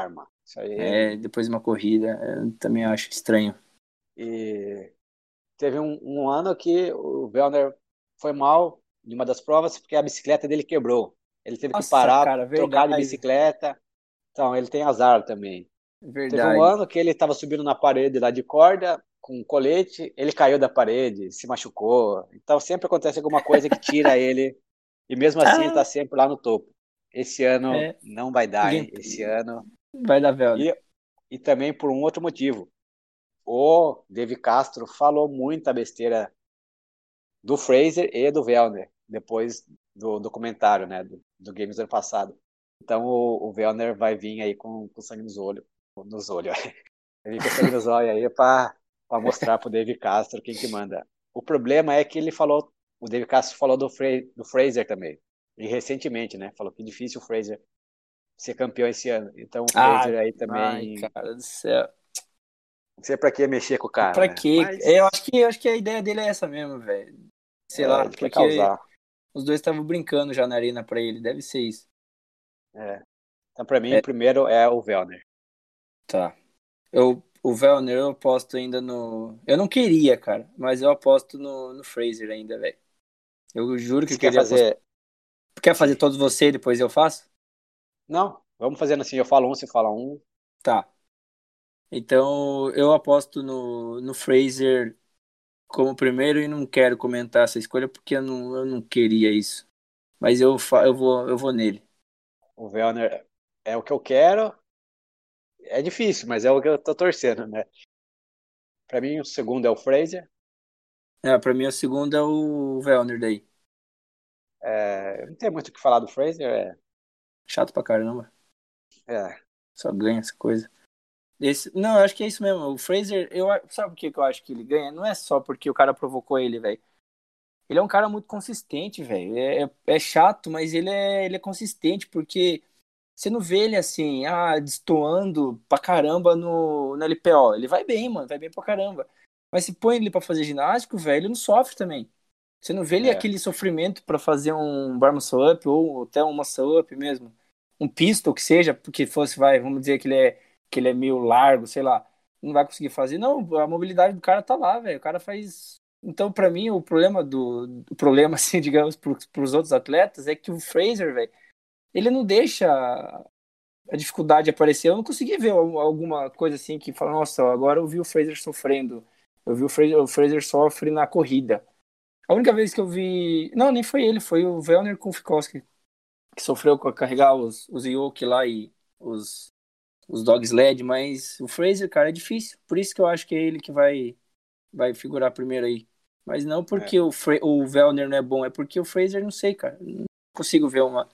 Isso aí. É, depois de uma corrida, eu também acho estranho. E teve um, um ano que o Velner foi mal em uma das provas porque a bicicleta dele quebrou. Ele teve que Nossa, parar, cara, trocar de verdade, bicicleta. Então, ele tem azar também. Teve um verdade. ano que ele estava subindo na parede lá de corda, com um colete, ele caiu da parede, se machucou. Então, sempre acontece alguma coisa que tira ele. E mesmo assim, ele está Ah, sempre lá no topo. Esse ano é, não vai dar, hein? ninguém Esse ano. vai dar Velner. E, e também por um outro motivo. O Dave Castro falou muita besteira do Fraser e do Velner, depois do documentário, né, do, do Games do ano passado. Então o, o Velner vai vir aí com, com sangue nos olhos, nos olhos, vai vir com sangue nos olhos aí para mostrar pro Dave Castro quem que manda. O problema é que ele falou, o Dave Castro falou do, Fra do Fraser também, e recentemente, né, falou que é difícil o Fraser ser campeão esse ano. Então o Ah, Fraser aí ai, também, cara do céu. não sei pra que mexer com o cara, Pra né, quê? É, Eu mas acho que, eu acho que a ideia dele é essa mesmo, velho. Sei é, lá, ele quer porque causar. os dois estavam brincando já na arena pra ele, deve ser isso. É. Então pra mim É, o primeiro é o Velner. tá. Eu, o Velner eu aposto ainda no. Eu não queria, cara, mas eu aposto no, no Fraser ainda, velho. Eu juro que eu Você quer queria apostar. fazer? Quer fazer Sim. todos você e depois eu faço? Não, vamos fazendo assim, eu falo um, você fala um. Tá. Então eu aposto no, no Fraser como primeiro e não quero comentar essa escolha porque eu não, eu não queria isso. Mas eu, fa- eu É, vou, eu vou nele. o Velner é o que eu quero. É difícil, mas é o que eu tô torcendo, né? Pra mim, o segundo é o Fraser. É, pra mim o segundo é o Velner daí. É, não tem muito o que falar do Fraser. Chato pra caramba. É, é, Só ganha essa coisa. Esse, não, eu acho que é isso mesmo. O Fraser, eu, sabe por que que eu acho que ele ganha? Não é só porque o cara provocou ele, velho. Ele é um cara muito consistente, velho. É, é, é chato, mas ele é, ele é consistente, porque você não vê ele assim, ah, destoando pra caramba no, no L P O. Ele vai bem, mano, vai bem pra caramba. Mas se põe ele pra fazer ginástico, velho, ele não sofre também. Você não vê ele é, aquele sofrimento pra fazer um bar muscle up ou até um muscle up mesmo. Um pistol que seja, porque fosse, vai, vamos dizer que ele é, que ele é meio largo, sei lá. Não vai conseguir fazer. Não, a mobilidade do cara tá lá, velho. O cara faz. Então, pra mim, o problema do. O problema, assim, digamos, pro, pros outros atletas é que o Fraser, velho, ele não deixa a dificuldade aparecer. Eu não consegui ver alguma coisa assim que fala, nossa, agora eu vi o Fraser sofrendo. Eu vi o Fraser, o Fraser sofre na corrida. A única vez que eu vi. Não, nem foi ele, foi o Velner com o Fikowski, que sofreu com carregar os, os Yoke lá e os, os Dog Sled, mas o Fraser, cara, é difícil. Por isso que eu acho que é ele que vai, vai figurar primeiro aí. Mas não é. porque o, Fra o Velner não é bom, é porque o Fraser, não sei, cara. Não consigo ver uma,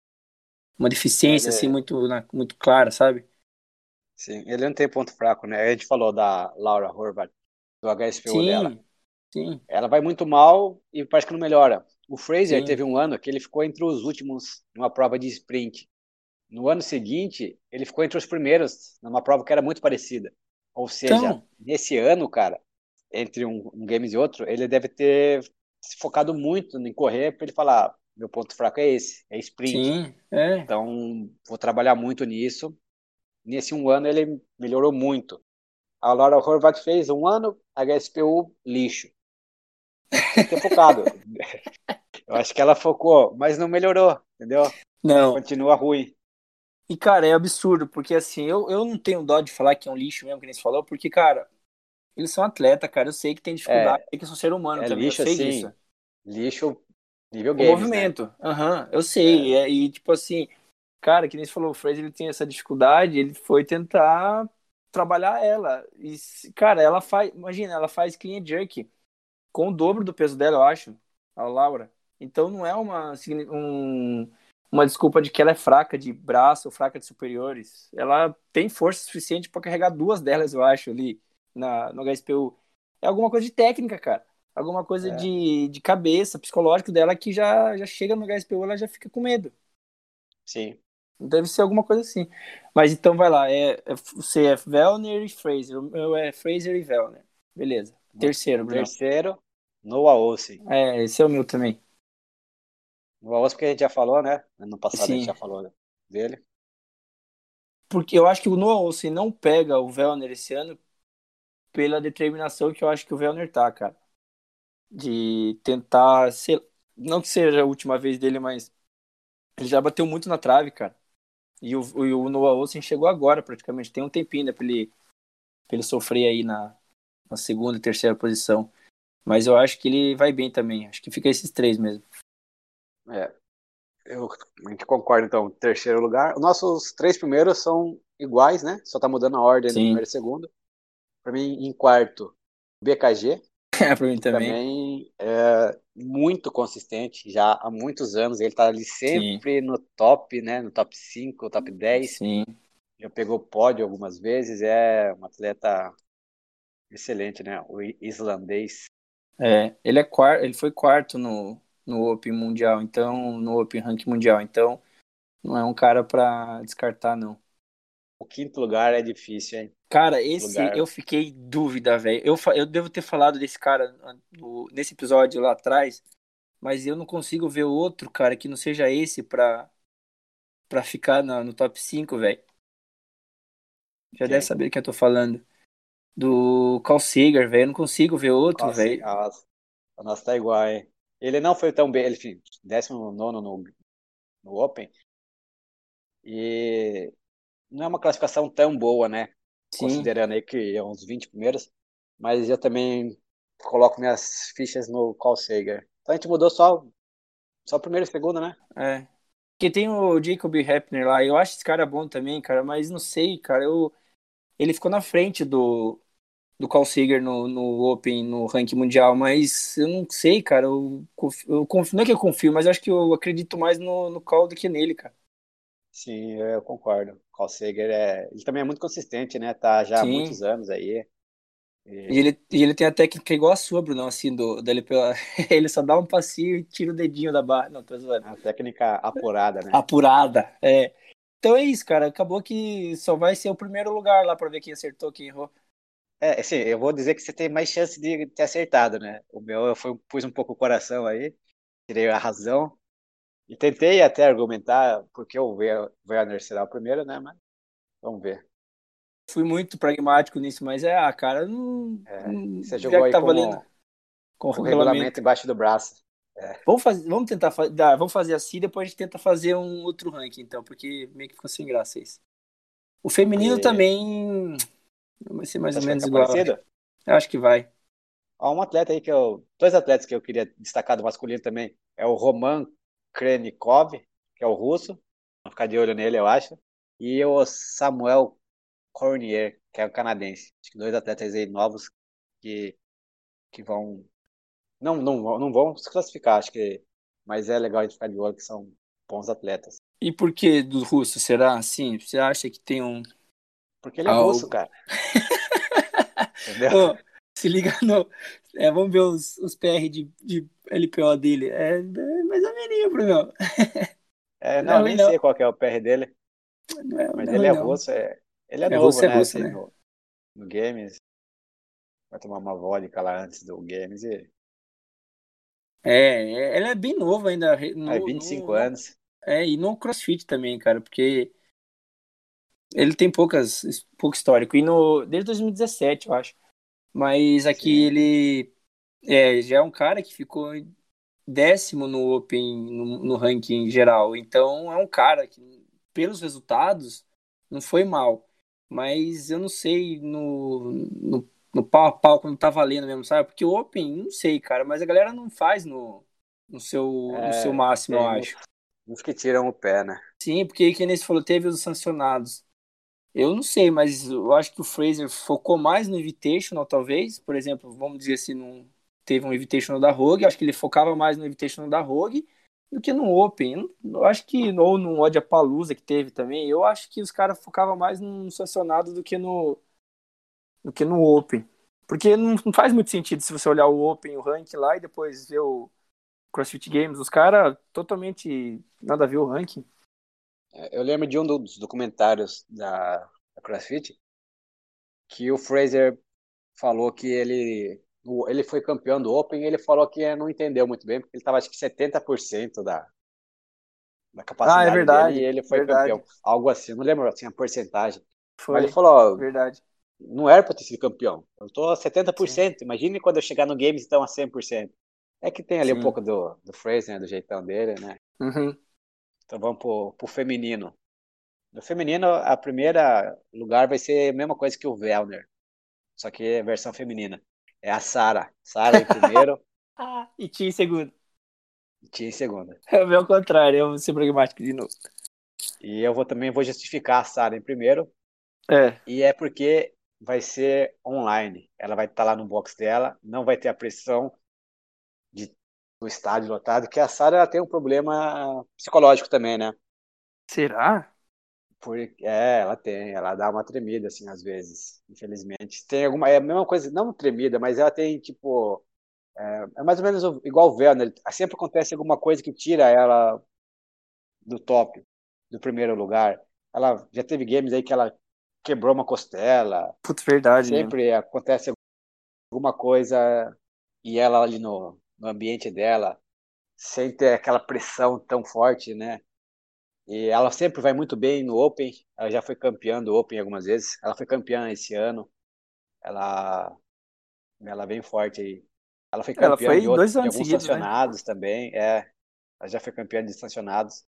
uma É, deficiência assim ele, muito, na- muito clara, sabe? sim, ele não tem ponto fraco, né? A gente falou da Laura Horvath, do H S P O dela. Sim, sim, Ela vai muito mal e parece que não melhora. O Fraser sim. teve um ano que ele ficou entre os últimos numa prova de sprint. No ano seguinte, ele ficou entre os primeiros numa prova que era muito parecida. Ou seja, Então, nesse ano, cara, entre um, um games e outro, ele deve ter se focado muito em correr para ele falar: meu ponto fraco é esse, é sprint. sim, é. Então, vou trabalhar muito nisso. Nesse um ano, ele melhorou muito. A Laura Horvath fez um ano, H S P U lixo. Tinha que ter focado. Eu acho que ela focou, mas não melhorou, entendeu? Não. Continua ruim. E, cara, é absurdo, porque assim, eu, eu não tenho dó de falar que é um lixo mesmo, que nem você falou, porque, cara, eles são atleta, cara. Eu sei que tem dificuldade, É, sei que são ser humano é também, eu lixo sei disso. assim, lixo nível O games, né? movimento, aham, eu sei. É, É, e, tipo assim, cara, que nem você falou, o Fraser ele tem essa dificuldade, ele foi tentar trabalhar ela. E, se- cara, ela faz, imagina, ela faz clean and jerk com o dobro do peso dela, eu acho, a Laura. Então não é uma, signi- um- uma desculpa de que ela é fraca de braço ou fraca de superiores. Ela tem força suficiente para carregar duas delas, eu acho, ali na, no H S P U. É alguma coisa de técnica, cara. Alguma coisa é, de, de cabeça, psicológico dela que já, já chega no H S P U, ela já fica com medo. sim. Deve ser alguma coisa assim. Mas então vai lá, é, é, você é Velner e Fraser. O meu é Fraser e Velner. Beleza. Terceiro, Bruno. Terceiro, Noah Olsen. É, esse é o meu também. Noah Olsen, porque a gente já falou, né? Ano passado a gente Sim. já falou dele. porque eu acho que o Noah Olsen não pega o Vellner esse ano pela determinação que eu acho que o Vellner tá, cara. De tentar, sei, não que seja a última vez dele, mas ele já bateu muito na trave, cara. E o, o Noah Olsen chegou agora, praticamente. Tem um tempinho, né, pra ele, pra ele sofrer aí na, na segunda e terceira posição. Mas eu acho que ele vai bem também. Acho que fica esses três mesmo. É, eu, a gente concorda, então, terceiro lugar. Os nossos três primeiros são iguais, né? Só tá mudando a ordem do Sim. primeiro e segundo. Para mim, em quarto, B K G. É, pra mim que também. também é muito consistente, já há muitos anos. Ele tá ali Sim, sempre no top, né? No top cinco, top dez. sim. Já pegou pódio algumas vezes. É um atleta excelente, né? O islandês. É, ele, é quarto, ele foi quarto no, no Open Mundial, então, no Open Ranking Mundial. Então, não é um cara pra descartar, não. O quinto lugar é difícil, hein? Cara, Quinto esse lugar. eu fiquei em dúvida, velho. Eu, fa- eu devo ter falado desse cara no- nesse episódio lá atrás, mas eu não consigo ver outro cara que não seja esse pra, pra ficar na- no top cinco, velho. Já deve Quem? saber do que eu tô falando. Do Carl Sagan, velho. Eu não consigo ver outro, Qual sei? velho. A nossa, a nossa tá igual, hein? Ele não foi tão bem. Ele fez décimo nono no, no Open. E não é uma classificação tão boa, né? Sim, Considerando aí que é uns vinte primeiros. Mas eu também coloco minhas fichas no Carl Sagan. Então a gente mudou só, só o primeiro e o segundo, né? é. Porque tem o Jacob Heppner lá. Eu acho esse cara bom também, cara, mas não sei, cara. Eu, ele ficou na frente do, do Carl Sagan no, no Open, no ranking mundial, mas eu não sei, cara. Eu, confio, eu confio, não é que eu confio, mas eu acho que eu acredito mais no, no Carl do que nele, cara. Sim, eu concordo. O Carl Sagan é, ele também é muito consistente, né? Tá já há Sim. muitos anos aí. E E ele, e ele tem a técnica igual a sua, Bruno, assim, do, da L P O. Ele só dá um passinho e tira o dedinho da barra. Não, tô zoando. a técnica apurada, né? Apurada, é. Então é isso, cara. Acabou que só vai ser o primeiro lugar lá pra ver quem acertou, quem errou. É, assim, eu vou dizer que você tem mais chance de ter acertado, né? O meu, eu fui, pus um pouco o coração aí, tirei a razão. E tentei até argumentar porque o Werner será o primeiro, né? Mas vamos ver. Fui muito pragmático nisso, mas é, ah, cara, não, É, não- você já jogou que aí tá valendo com, com o com o regulamento regulamento. embaixo do braço. É, Vamos fazer, vamos tentar fazer, vamos fazer assim, depois a gente tenta fazer um outro ranking, então, porque meio que ficou sem graça isso. O feminino e também vai ser mais você ou acha que vai menos ficar igual, eu acho. parecido? Eu acho que vai. Há um atleta aí que eu. Dois atletas que eu queria destacar do masculino também. É o Roman Krenikov, que é o russo. Vou ficar de olho nele, eu acho. E o Samuel Cornier, que é o canadense. Acho que dois atletas aí novos que, que vão. Não, não, vão- não vão se classificar, acho que. Mas é legal de ficar de olho que são bons atletas. E por que do russo? Será assim? Você acha que tem um Porque ele é russo, algo? cara. Entendeu? Ô, se liga no. É, vamos ver os, os P R de, de L P O dele. É, é mais ou menos, Bruno. É, Não é não, ruim, nem não. sei qual que é o P R dele, Não é, mas não é ele ruim, é não. russo. É, ele é É novo, russo, é né? russo, Assim, né? no, no games. Vai tomar uma vodka lá antes do games e. É, é, ele é bem novo ainda. Ah, No, vinte e no, cinco no, anos. é, e no CrossFit também, cara, porque ele tem poucas, pouco histórico. E no, desde dois mil e dezessete, eu acho. Mas aqui Sim. ele é, já é um cara que ficou décimo no Open, no, no ranking geral. Então é um cara que, pelos resultados, não foi mal. Mas eu não sei no, no, no pau a pau quando tá valendo mesmo, sabe? Porque o Open, não sei, cara, mas a galera não faz no, no seu, no seu É, máximo, eu tem uns, acho. uns que tiram o pé, né? Sim, porque que nem você falou, teve os sancionados. Eu não sei, mas eu acho que o Fraser focou mais no Invitational, talvez. Por exemplo, vamos dizer assim, não teve um Invitational da Rogue, acho que ele focava mais no Invitational da Rogue do que no Open. Eu, não- eu acho que, ou no Wodapalooza que teve também, eu acho que os caras focavam mais no sancionado do que no, do que no Open. Porque não, não faz muito sentido se você olhar o Open, o ranking lá e depois ver o CrossFit Games. Os caras totalmente nada a ver o ranking. É, eu lembro de um dos documentários da, da CrossFit que o Fraser falou que ele, o- ele foi campeão do Open e ele falou que não entendeu muito bem, porque ele estava acho que setenta por cento da, da Ah, é capacidade dele e verdade, ele foi campeão. verdade. Algo assim, não lembro assim, a porcentagem. Mas ele Foi, falou, ó, verdade. não era pra ter sido campeão. Eu tô a setenta por Sim, cento. Imagine quando eu chegar no Games então a cem por cento. É que tem ali um sim. pouco do, do Fraser, né, do jeitão dele, né? Uhum. Então vamos pro, pro feminino. No feminino, a primeira lugar vai ser a mesma coisa que o Velner, só que é versão feminina. É a Sara. Sara em primeiro Ah, e tinha em segundo. e Tia em segunda. É o meu contrário, eu vou ser pragmático de novo. E eu vou também vou justificar a Sara em primeiro, É, e é porque vai ser online. Ela vai estar lá no box dela, não vai ter a pressão de, do estádio lotado, que a Sara ela tem um problema psicológico também, né? será? Porque, é, ela tem, ela dá uma tremida, assim, às vezes, infelizmente. Tem alguma, é a mesma coisa, não tremida, mas ela tem, tipo, é mais ou menos igual o Werner. Sempre acontece alguma coisa que tira ela do top, do primeiro lugar. Ela já teve games aí que ela quebrou uma costela. Putz, verdade mesmo. Sempre acontece alguma coisa e ela ali no, no ambiente dela, sem ter aquela pressão tão forte, né? E ela sempre vai muito bem no Open. Ela já foi campeã do Open algumas vezes. Ela foi campeã esse ano. Ela, ela vem forte aí. Ela foi Ela campeã de, foi outro, dois de anos alguns seguidos, né? sancionados também. É, ela já foi campeã de sancionados.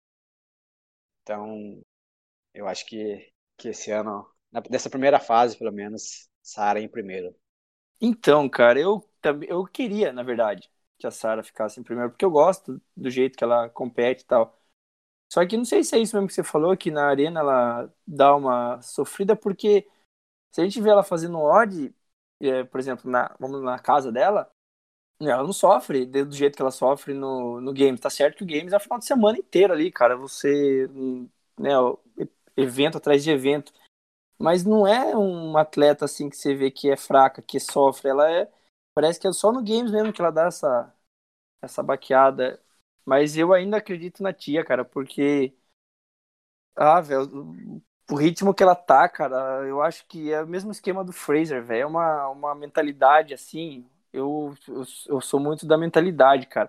Então, eu acho que, que esse ano, na- nessa primeira fase, pelo menos, Sara em primeiro. Então, cara, eu também eu queria, na verdade, que a Sarah ficasse em primeiro, porque eu gosto do jeito que ela compete e tal. Só que não sei se é isso mesmo que você falou, que na arena ela dá uma sofrida, porque se a gente vê ela fazendo odd, é, por exemplo, na, vamos na casa dela, ela não sofre do do jeito que ela sofre no, no Games. Tá certo que o Games é o final de semana inteiro ali, cara. Você, hum, né, ó, e- evento atrás de evento. Mas não é um atleta assim que você vê que é fraca, que sofre. Ela é. Parece que é só no Games mesmo que ela dá essa, essa baqueada. Mas eu ainda acredito na tia, cara, porque. Ah, velho, o ritmo que ela tá, cara, eu acho que é o mesmo esquema do Fraser, velho. É uma, uma mentalidade assim. Eu, eu, eu sou muito da mentalidade, cara.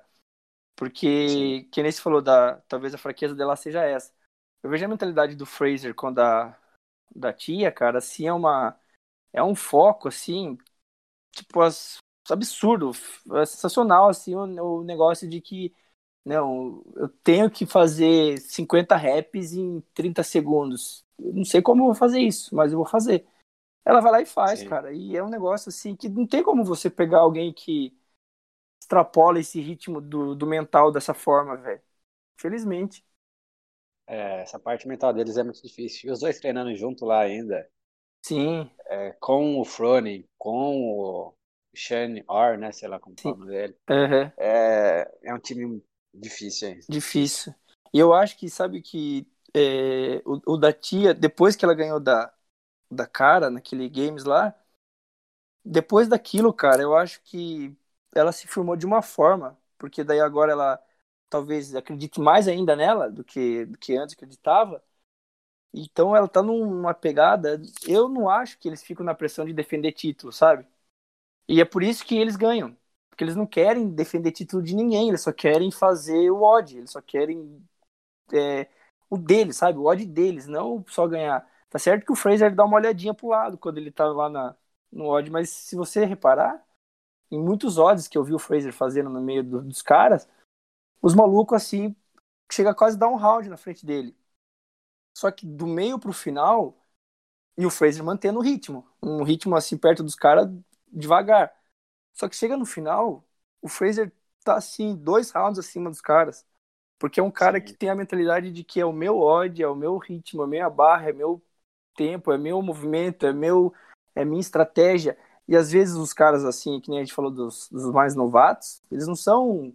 Sim, Porque, que nem você falou, da, talvez a fraqueza dela seja essa. Eu vejo a mentalidade do Fraser com a da, da tia, cara, assim, é uma. É um foco, assim, tipo, as- absurdo. É sensacional, assim, o, o negócio de que, não, eu tenho que fazer cinquenta reps em trinta segundos. Eu não sei como eu vou fazer isso, mas eu vou fazer. Ela vai lá e faz, sim. cara. E é um negócio, assim, que não tem como você pegar alguém que extrapola esse ritmo do, do mental dessa forma, velho. Felizmente. É, essa parte mental deles é muito difícil. E os dois treinando junto lá ainda, Sim, é, com o Froning, com o Shane Orr, né? Sei lá como fala sim. o nome dele. Uhum. É, é um time difícil, hein? Difícil. Difícil. E eu acho que, sabe que é, o, o da tia, depois que ela ganhou da, da cara naquele games lá, depois daquilo, cara, eu acho que ela se firmou de uma forma, porque daí agora ela talvez acredite mais ainda nela do que, do que antes acreditava. Então ela tá numa pegada. Eu não acho que eles ficam na pressão de defender título, sabe? E é por isso que eles ganham. Porque eles não querem defender título de ninguém, eles só querem fazer o odd, eles só querem é, o deles, sabe? O odd deles, não só ganhar. Tá certo que o Fraser dá uma olhadinha pro lado quando ele tá lá na, no odd, mas se você reparar, em muitos odds que eu vi o Fraser fazendo no meio do, dos caras, os malucos assim, chega quase a dar um round na frente dele. Só que do meio pro final, e o Fraser mantendo o ritmo, um ritmo assim perto dos caras devagar. Só que chega no final, o Fraser tá assim, dois rounds acima dos caras. Porque é um cara que Sim, tem a mentalidade de que é o meu odd, é o meu ritmo, é a minha barra, é meu tempo, é meu movimento, é meu, é minha estratégia. E às vezes os caras assim, que nem a gente falou dos, dos mais novatos, eles não são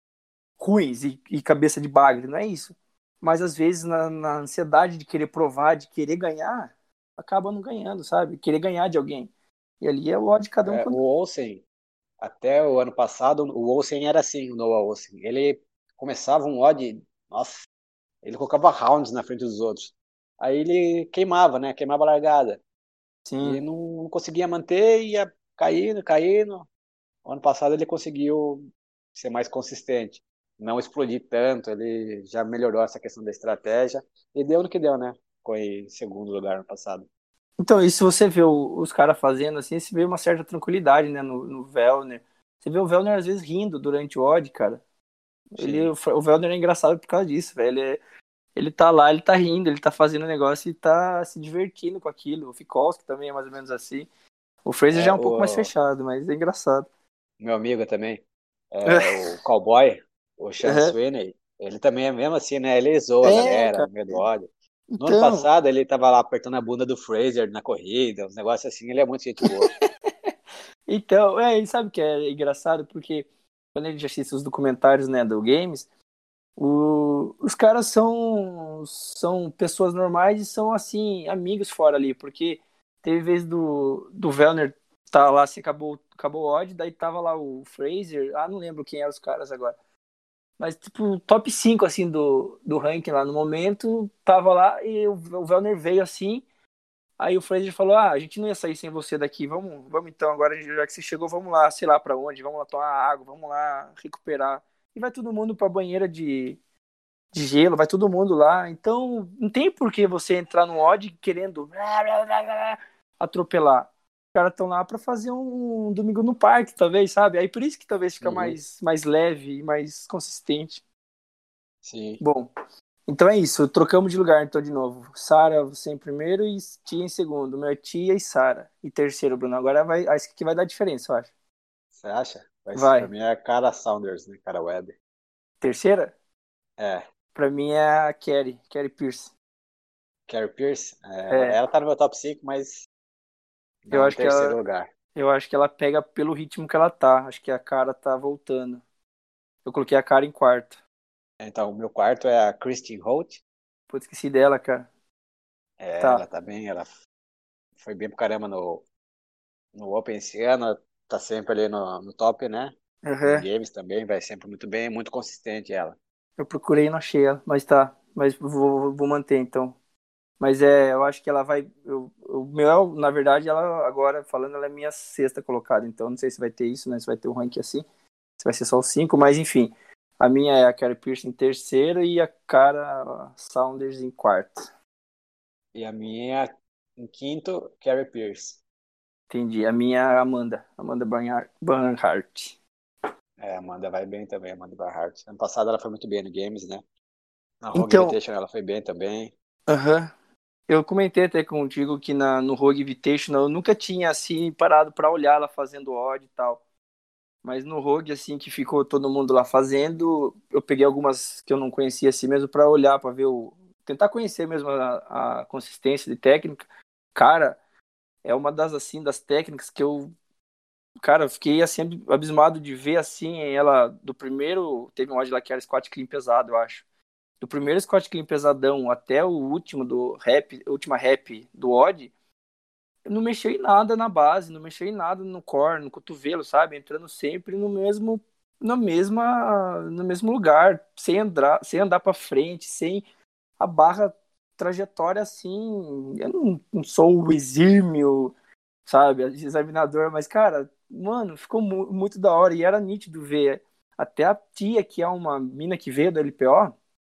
ruins e, e cabeça de bagre, não é isso. Mas às vezes na, na ansiedade de querer provar, de querer ganhar, acaba não ganhando, sabe? Querer ganhar de alguém. E ali é o odd de cada um é, o contra. Olsen, até o ano passado, o Olsen era assim, o Noah Olsen. Ele começava um odd, nossa, ele colocava rounds na frente dos outros. Aí ele queimava, né? Queimava a largada. E Sim, não, não conseguia manter, ia caindo, caindo. O ano passado ele conseguiu ser mais consistente. não explodir tanto, ele já melhorou essa questão da estratégia e deu no que deu, né? Ficou em segundo lugar no passado. Então, e se você vê o- os caras fazendo assim, você vê uma certa tranquilidade, né, no, no Vellner. Você vê o Vellner às vezes rindo durante o odd, cara. Ele, Sim. o Vellner é engraçado por causa disso, velho. Ele, é- ele tá lá, ele tá rindo, ele tá fazendo o negócio e tá se divertindo com aquilo. O Fikowski também é mais ou menos assim. O Fraser já É, é um pouco mais o fechado, mas é engraçado. meu amigo também, é, o cowboy, o Sean Uhum. Sweeney, ele também é mesmo assim, né? Ele zoa a É, galera cara. no meio do ódio. No ano Então, passado, ele tava lá apertando a bunda do Fraser na corrida, uns negócios assim, ele é muito gente boa. então, é, e sabe o que é engraçado? Porque quando a gente assiste os documentários, né, do Games, o- os caras são, são pessoas normais e são, assim, amigos fora ali, porque teve vez do, do Vellner tá lá, assim, acabou, acabou o odd, daí tava lá o Fraser, ah, não lembro quem eram os caras agora, mas, tipo, top cinco assim, do, do ranking lá no momento, tava lá e o, o Vellner veio, assim, aí o Fraser falou, ah, a gente não ia sair sem você daqui, vamos, vamos então, agora já que você chegou, vamos lá, sei lá pra onde, vamos lá tomar água, vamos lá recuperar, e vai todo mundo pra banheira de de gelo, vai todo mundo lá. Então, não tem por que você entrar no odd querendo atropelar. Os caras estão lá para fazer um domingo no parque, talvez, sabe? Aí por isso que talvez fica Uhum, mais, mais leve e mais consistente. sim. Bom, então é isso. Trocamos de lugar, então, de novo. Sara, você em primeiro e Tia em segundo. Meu é Tia e Sara. E terceiro, Bruno. Agora vai, acho que aqui vai dar diferença, eu acho. Você acha? Mas pra Vai. mim é cara Saunders, né? Cara Webb. Terceira? É, Pra mim é a Kerry. Kerry Pierce. Carrie Pierce, é, ela, É, ela tá no meu top cinco, mas eu não em acho que terceiro ela, lugar. Eu acho que ela pega pelo ritmo que ela tá. Acho que a cara tá voltando. Eu coloquei a cara em quarto. Então, o meu quarto é a Christine Holt. Putz, esqueci dela, cara. É, ela Tá. tá bem, ela foi bem pro caramba no, no Open esse ano, tá sempre ali no, no top, né? Nos Uhum. games também, vai sempre muito bem, muito consistente ela. Eu procurei e não achei ela, mas tá. Mas vou, vou manter então. Mas é, eu acho que ela vai. Eu, o meu, na verdade, ela agora falando, ela é minha sexta colocada. Então não sei se vai ter isso, né? Se vai ter um ranking assim. Se vai ser só os cinco, mas enfim. A minha é a Carrie Pierce em terceiro e a cara Saunders em quarto. E a minha, em quinto, Carrie Pierce. Entendi. A minha é a Amanda. Amanda Barnhart. Barnhart. É, a Amanda vai bem também, Amanda Barhart. Ano passado ela foi muito bem no games, né? Na Rogue Então, Invitation ela foi bem também. aham. Eu comentei até contigo que na, no Rogue Invitational eu nunca tinha assim parado para olhar ela fazendo odd e tal. Mas no Rogue, assim, que ficou todo mundo lá fazendo, eu peguei algumas que eu não conhecia assim mesmo para olhar, para ver o. Tentar conhecer mesmo a, a consistência de técnica. Cara, é uma das assim, das técnicas que eu. Cara, eu fiquei assim abismado de ver assim ela do primeiro. Teve um odd lá que era squat clean pesado, eu acho. Do primeiro Scott Clean pesadão até o último do rap, última rap do odd, não mexeu em nada na base, não mexeu em nada no core, no cotovelo, sabe? Entrando sempre no mesmo, na mesma, no mesmo lugar, sem andar, sem andar para frente, sem a barra trajetória assim. Eu não, não sou o exímio, sabe, examinador, mas cara, mano, ficou mu muito da hora e era nítido ver. Até a tia, que é uma mina que veio do L P O,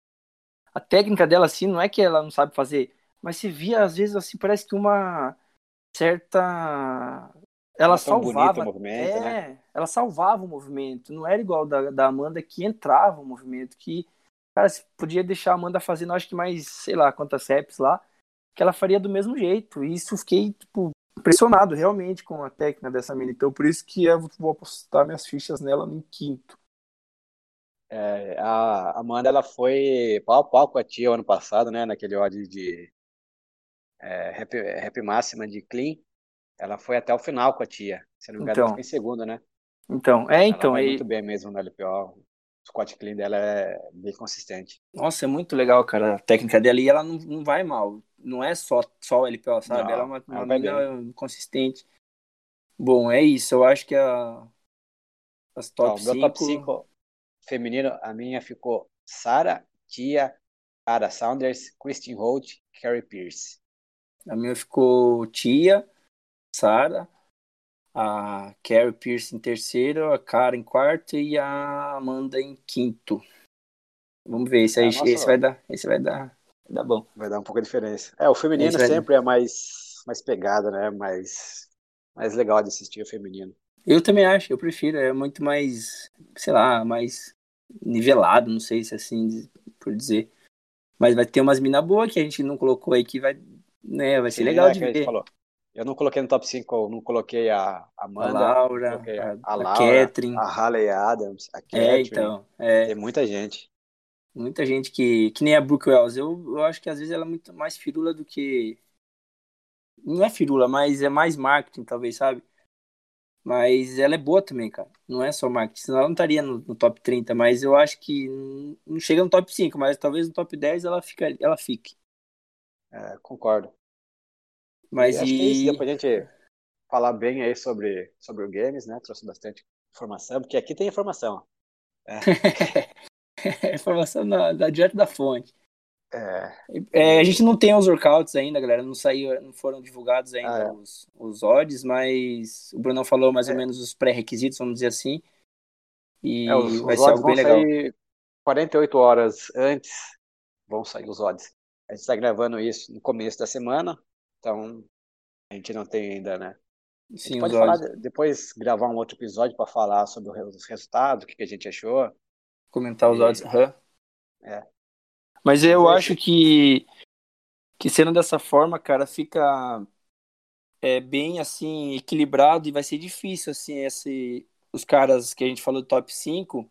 a técnica dela, assim, não é que ela não sabe fazer, mas se via, às vezes, assim, parece que uma certa. Não Ela é tão bonito o salvava, movimento, né? é, ela salvava o movimento, não era igual da, da Amanda que entrava o movimento, que, cara, você podia deixar a Amanda fazendo, acho que mais, sei lá, quantas reps lá, que ela faria do mesmo jeito, e isso fiquei, tipo, impressionado realmente com a técnica dessa mina, então por isso que eu vou apostar minhas fichas nela em quinto. É, a Amanda ela foi pau a pau com a tia o ano passado, né? Naquele odd de é, rap, rap máxima de clean. Ela foi até o final com a tia. Se não me engano, ela ficou Então, em segundo, né? então, é, Ela então, vai é, muito bem mesmo no L P O. O squat clean dela é bem consistente. nossa, é muito legal, cara. A técnica dela e ela não, não vai mal. Não é só, só o L P O, sabe? Ela é Não, uma, ela uma vai mina bem. consistente. Bom, é isso. Eu acho que a, as Ó, top o meu top cinco. cinco feminino, a minha ficou Sarah, Tia, Cara Saunders, Christine Holt, Carrie Pierce. A minha ficou Tia, Sara, a Carrie Pierce em terceiro, a Cara em quarto e a Amanda em quinto. Vamos ver, esse, É, aí, o esse vai nosso dar, esse vai dar, vai dar bom. vai dar um pouco de diferença. É, o Esse feminino vai... sempre é mais, mais pegado, né? Mais, mais legal de assistir o feminino. Eu também acho, eu prefiro, é muito mais, sei lá, mais nivelado, não sei se é assim por dizer. Mas vai ter umas minas boas que a gente não colocou aí que vai, né, vai ser Sim, legal é de que a gente ver. falou. Eu não coloquei no top cinco, eu não coloquei a A Amanda, não Laura, coloquei a, a, a a Laura, Catherine. a Hayley Adams, a É, Catherine. então, é. Tem muita gente. Muita gente que, que nem a Brooke Wells. Eu, eu acho que às vezes ela é muito mais firula do que. Não é firula, mas é mais marketing, talvez, sabe? Mas ela é boa também, cara. Não é só marketing, senão ela não estaria no, no top trinta, mas eu acho que não não chega no top cinco, mas talvez no top dez ela, fica, ela fique. É, concordo. E Mas acho que é isso. Deu e. pra gente falar bem aí sobre, sobre o games, né? Trouxe bastante informação, porque aqui tem informação. É, Informação da, da, direto da fonte. é, É, a gente e, não tem os workouts ainda, galera. Não saiu, não foram divulgados ainda ah, os, os odds, mas o Brunão falou mais ou é, menos os pré-requisitos, vamos dizer assim. é, os, E vai os ser odds algo bem vão legal. sair quarenta e oito horas antes, vão sair os odds. A gente está gravando isso no começo da semana, então a gente não tem ainda, né? A gente Sim, os pode falar odds. de- depois, gravar um outro episódio para falar sobre o re- os resultados, o que, que a gente achou. Comentar os odds. E, Aham. é, Mas mas eu é acho isso. que, que sendo dessa forma, cara, fica é, bem assim equilibrado e vai ser difícil assim esse, os caras que a gente falou do top cinco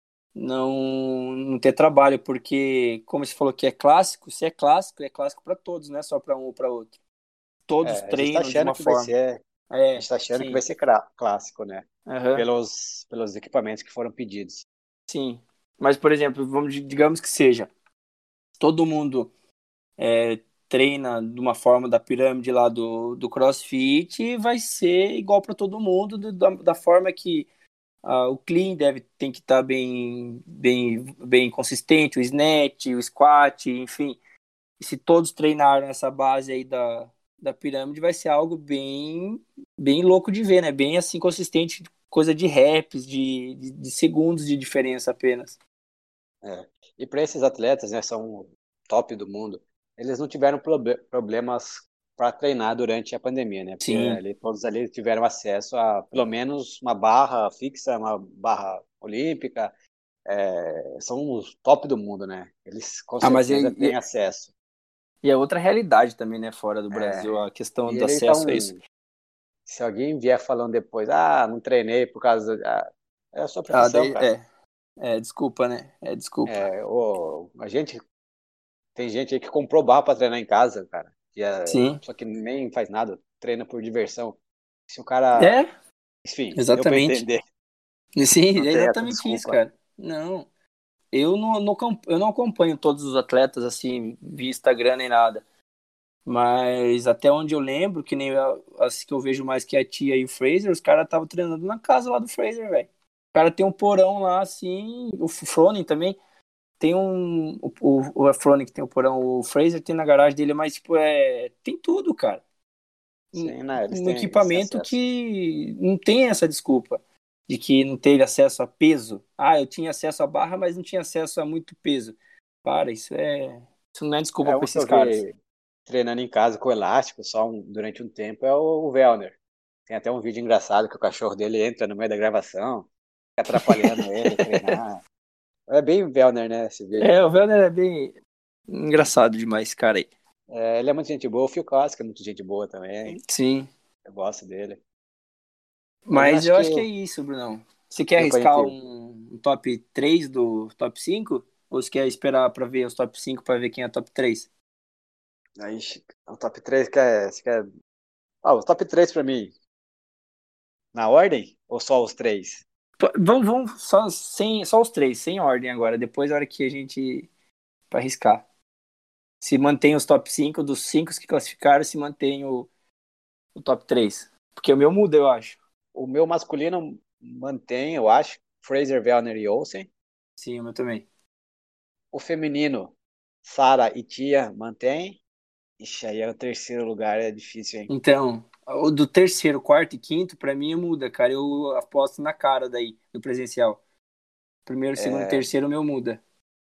não, não ter trabalho, porque como você falou que é clássico, se é clássico, é clássico para todos, não é só para um ou para outro. Todos É, a gente está treinam de achando uma que vai forma. ser, a gente É, tá achando que vai sim. ser cra- clássico, né? Aham, Pelos, pelos equipamentos que foram pedidos. sim. Mas, por exemplo, vamos, digamos que seja, todo mundo é, treina de uma forma da pirâmide lá do, do CrossFit, vai ser igual para todo mundo, do- da, da forma que ah, o clean deve tem que estar bem, bem, bem consistente, o snatch, o squat, enfim. E se todos treinaram essa base aí da, da pirâmide, vai ser algo bem, bem louco de ver, né? Bem assim consistente, coisa de reps, de, de, de segundos de diferença apenas. É. E para esses atletas, né, são top do mundo, eles não tiveram proble- problemas para treinar durante a pandemia, né? Porque Sim. ali, todos ali tiveram acesso a pelo menos uma barra fixa, uma barra olímpica. É, são os top do mundo, né? Eles com Ah, mas certeza e, têm e, acesso. e é outra realidade também, né? Fora do É, Brasil, a questão e do eles acesso a isso. estão. Se alguém vier falando depois, ah, não treinei por causa. Ah, é a sua Ah, profissão, daí, cara. é, é, desculpa, né? É, desculpa. É, o, a gente tem gente aí que comprou barra para treinar em casa, cara. E é, Sim. só que nem faz nada, treina por diversão. Se o cara. É, Enfim, deu para exatamente. entender. Sim, Não é tem essa exatamente isso, desculpa. cara. Não, eu não, não, acom- eu não acompanho todos os atletas assim, via Instagram nem nada. Mas até onde eu lembro, que nem a- as que eu vejo mais que a tia e o Fraser, os caras estavam treinando na casa lá do Fraser, velho. O cara tem um porão lá, assim, o Froning também tem um. O, o, o Froning que tem o porão, o Fraser tem na garagem dele, mas, tipo, é. Tem tudo, cara. Um, Sim, né? Eles um têm esse equipamento acesso. que não tem essa desculpa de que não teve acesso a peso. Ah, eu tinha acesso a barra, mas não tinha acesso a muito peso. Para, isso é. Isso não é desculpa É para um que esses eu caras. vi treinando em casa com elástico só um- durante um tempo é o, o Velner. Tem até um vídeo engraçado que o cachorro dele entra no meio da gravação, fica atrapalhando ele treinar. É bem Velner, né, esse vídeo. É, o Werner é bem engraçado demais, esse cara aí. É, ele é muito gente boa, o Phil Koski é muito gente boa também, Sim. eu gosto dele. Mas eu Mas acho eu que acho que é isso, Brunão. Você quer deu pra arriscar gente. um, um top três do top cinco? Ou você quer esperar pra ver os top cinco pra ver quem é top três? Aí, o top três quer, você quer. Ah, o top três pra mim, na ordem? Ou só os três? Pô, Vamos, vamos só, sem, só os três, sem ordem agora. Depois, a hora que a gente. Pra arriscar. Se mantém os top cinco, dos cinco que classificaram, se mantém o, o top três. Porque o meu muda, eu acho. O meu masculino mantém, eu acho, Fraser, Velner e Olsen. Sim, o meu também. O feminino, Sara e Tia mantém. Ixi, aí é o terceiro lugar, é difícil, hein? Então, o do terceiro, quarto e quinto, pra mim muda, cara. Eu aposto na cara daí, do presencial. Primeiro, segundo e É, terceiro, o meu muda.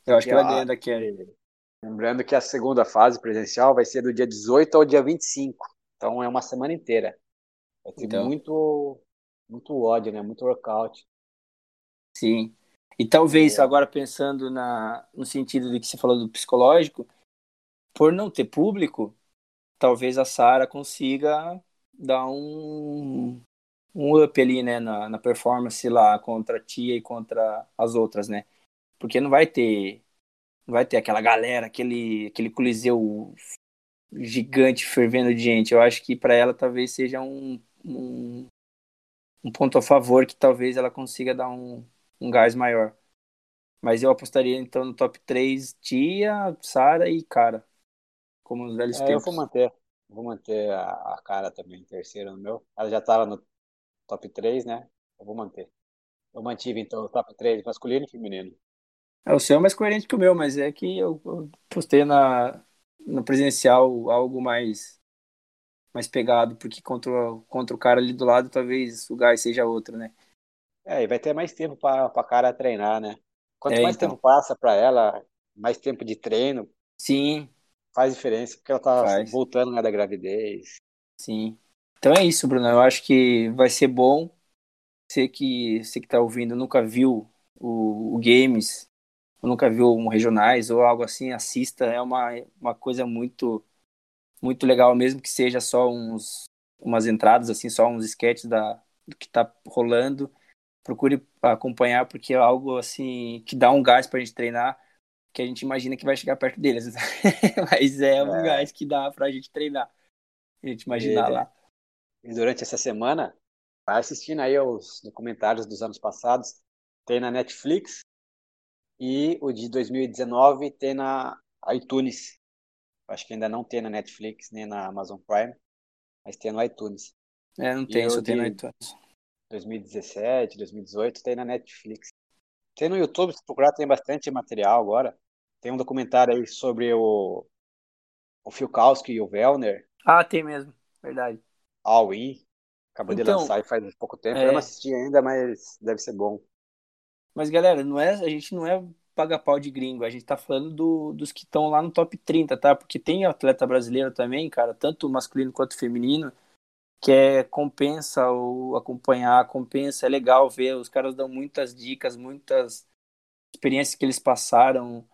Eu acho Que que ela a- ganha da Kerry. que- lembrando que a segunda fase presencial vai ser do dia dezoito ao dia vinte e cinco. Então é uma semana inteira. Vai ter Então, muito, muito ódio, né? Muito workout. sim. E talvez, O, agora pensando na, no sentido de que você falou do psicológico, por não ter público, talvez a Sarah consiga dar um, um up ali, né, na, na performance lá contra a Tia e contra as outras, né? Porque não vai ter, não vai ter aquela galera, aquele, aquele coliseu gigante fervendo de gente. Eu acho que para ela talvez seja um, um, um ponto a favor que talvez ela consiga dar um, um gás maior. Mas eu apostaria então no top três Tia, Sarah e Cara, como nos velhos é, eu vou tempos. manter. Vou manter a, a cara também em terceiro no meu. Ela já estava no top três, né? Eu vou manter. Eu mantive então o top três masculino e feminino. É, o seu é mais coerente que o meu, mas é que eu, eu postei na, no presencial algo mais, mais pegado, porque contra, o- contra o cara ali do lado talvez o gás seja outro, né? É, e vai ter mais tempo para a cara treinar, né? Quanto É, mais tempo então. passa para ela, mais tempo de treino, Sim, faz diferença, porque ela tá faz. voltando, né, da gravidez. Sim. Então é isso, Bruno. Eu acho que vai ser bom. Você que, você que tá ouvindo nunca viu o, o Games, ou nunca viu um Regionais ou algo assim, assista. É uma, uma coisa muito, muito legal, mesmo que seja só uns, umas entradas, assim, só uns sketches da, do que tá rolando. Procure acompanhar, porque é algo assim que dá um gás pra gente treinar, que a gente imagina que vai chegar perto deles. Mas é um É, gás que dá pra gente treinar. A gente imaginar e, lá. e durante essa semana, vai assistindo aí os documentários dos anos passados. Tem na Netflix e o de dois mil e dezenove tem na iTunes. Acho que ainda não tem na Netflix nem na Amazon Prime, mas tem no iTunes. É, não E tem, o só tem no de iTunes. dois mil e dezessete, dois mil e dezoito tem na Netflix. Tem no YouTube, se procurar, tem bastante material agora. Tem um documentário aí sobre o, o Fiukowski e o Wellner, Ah, tem mesmo, verdade. All In. Acabou de Então, lançar e faz pouco tempo. Eu não é, assisti ainda, mas deve ser bom. mas galera, não é, a gente não é paga-pau de gringo, a gente tá falando do, dos que estão lá no top trinta, tá? Porque tem atleta brasileiro também, cara, tanto masculino quanto feminino, que é compensa o acompanhar, compensa, é legal ver, os caras dão muitas dicas, muitas experiências que eles passaram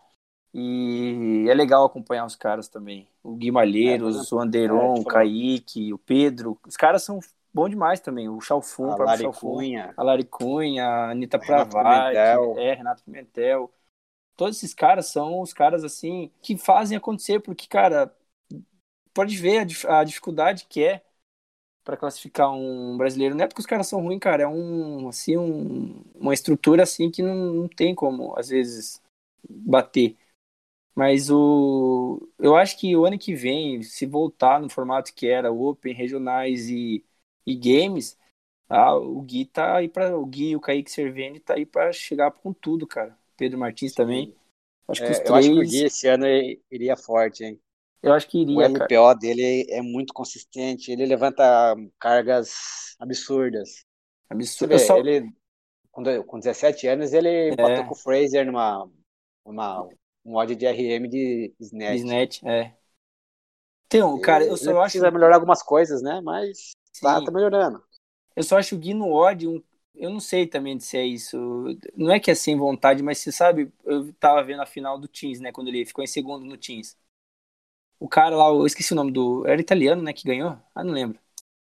e é legal acompanhar os caras também. O É, por Guimalheiros, o exemplo, é, Anderon, tu o falou, Kaique, o Pedro, os caras são bons demais também. O Chalfun, o a próprio Lari Chalfun, Cunha, a Lari Cunha, a Anitta o Renato Pravati, Pimentel, é, Renato Pimentel. Todos esses caras são os caras assim que fazem acontecer, porque, cara, pode ver a, dif- a dificuldade que é para classificar um brasileiro. Não é porque os caras são ruins, cara, é um assim um, uma estrutura assim que não, não tem como às vezes bater. Mas o eu acho que o ano que vem, se voltar no formato que era Open, regionais e, e games, ah, o Gui tá aí para o Gui e o Kaique Cerveni tá aí para chegar com tudo, cara. Pedro Martins também. sim. Acho que os É, eu acho que o Gui três, esse ano i- iria forte, hein? eu acho que O iria, cara. L P O dele é muito consistente, ele levanta cargas absurdas. Você Absurdo. Eu vê, só ele com de- com dezessete anos ele empatou com é o Fraser numa uma, um odd de R M de snatch. Bisnet, é. Então, cara, eu E ele só precisa acho, melhorar algumas coisas, né? Mas tá, tá sim, melhorando. eu só acho o Gui no odd um, eu não sei também se é isso. Não é que é sem vontade, mas você sabe, eu tava vendo a final do Teams, né, quando ele ficou em segundo no Teams. O cara lá, eu esqueci o nome do, era italiano, né, que ganhou? Ah, não lembro.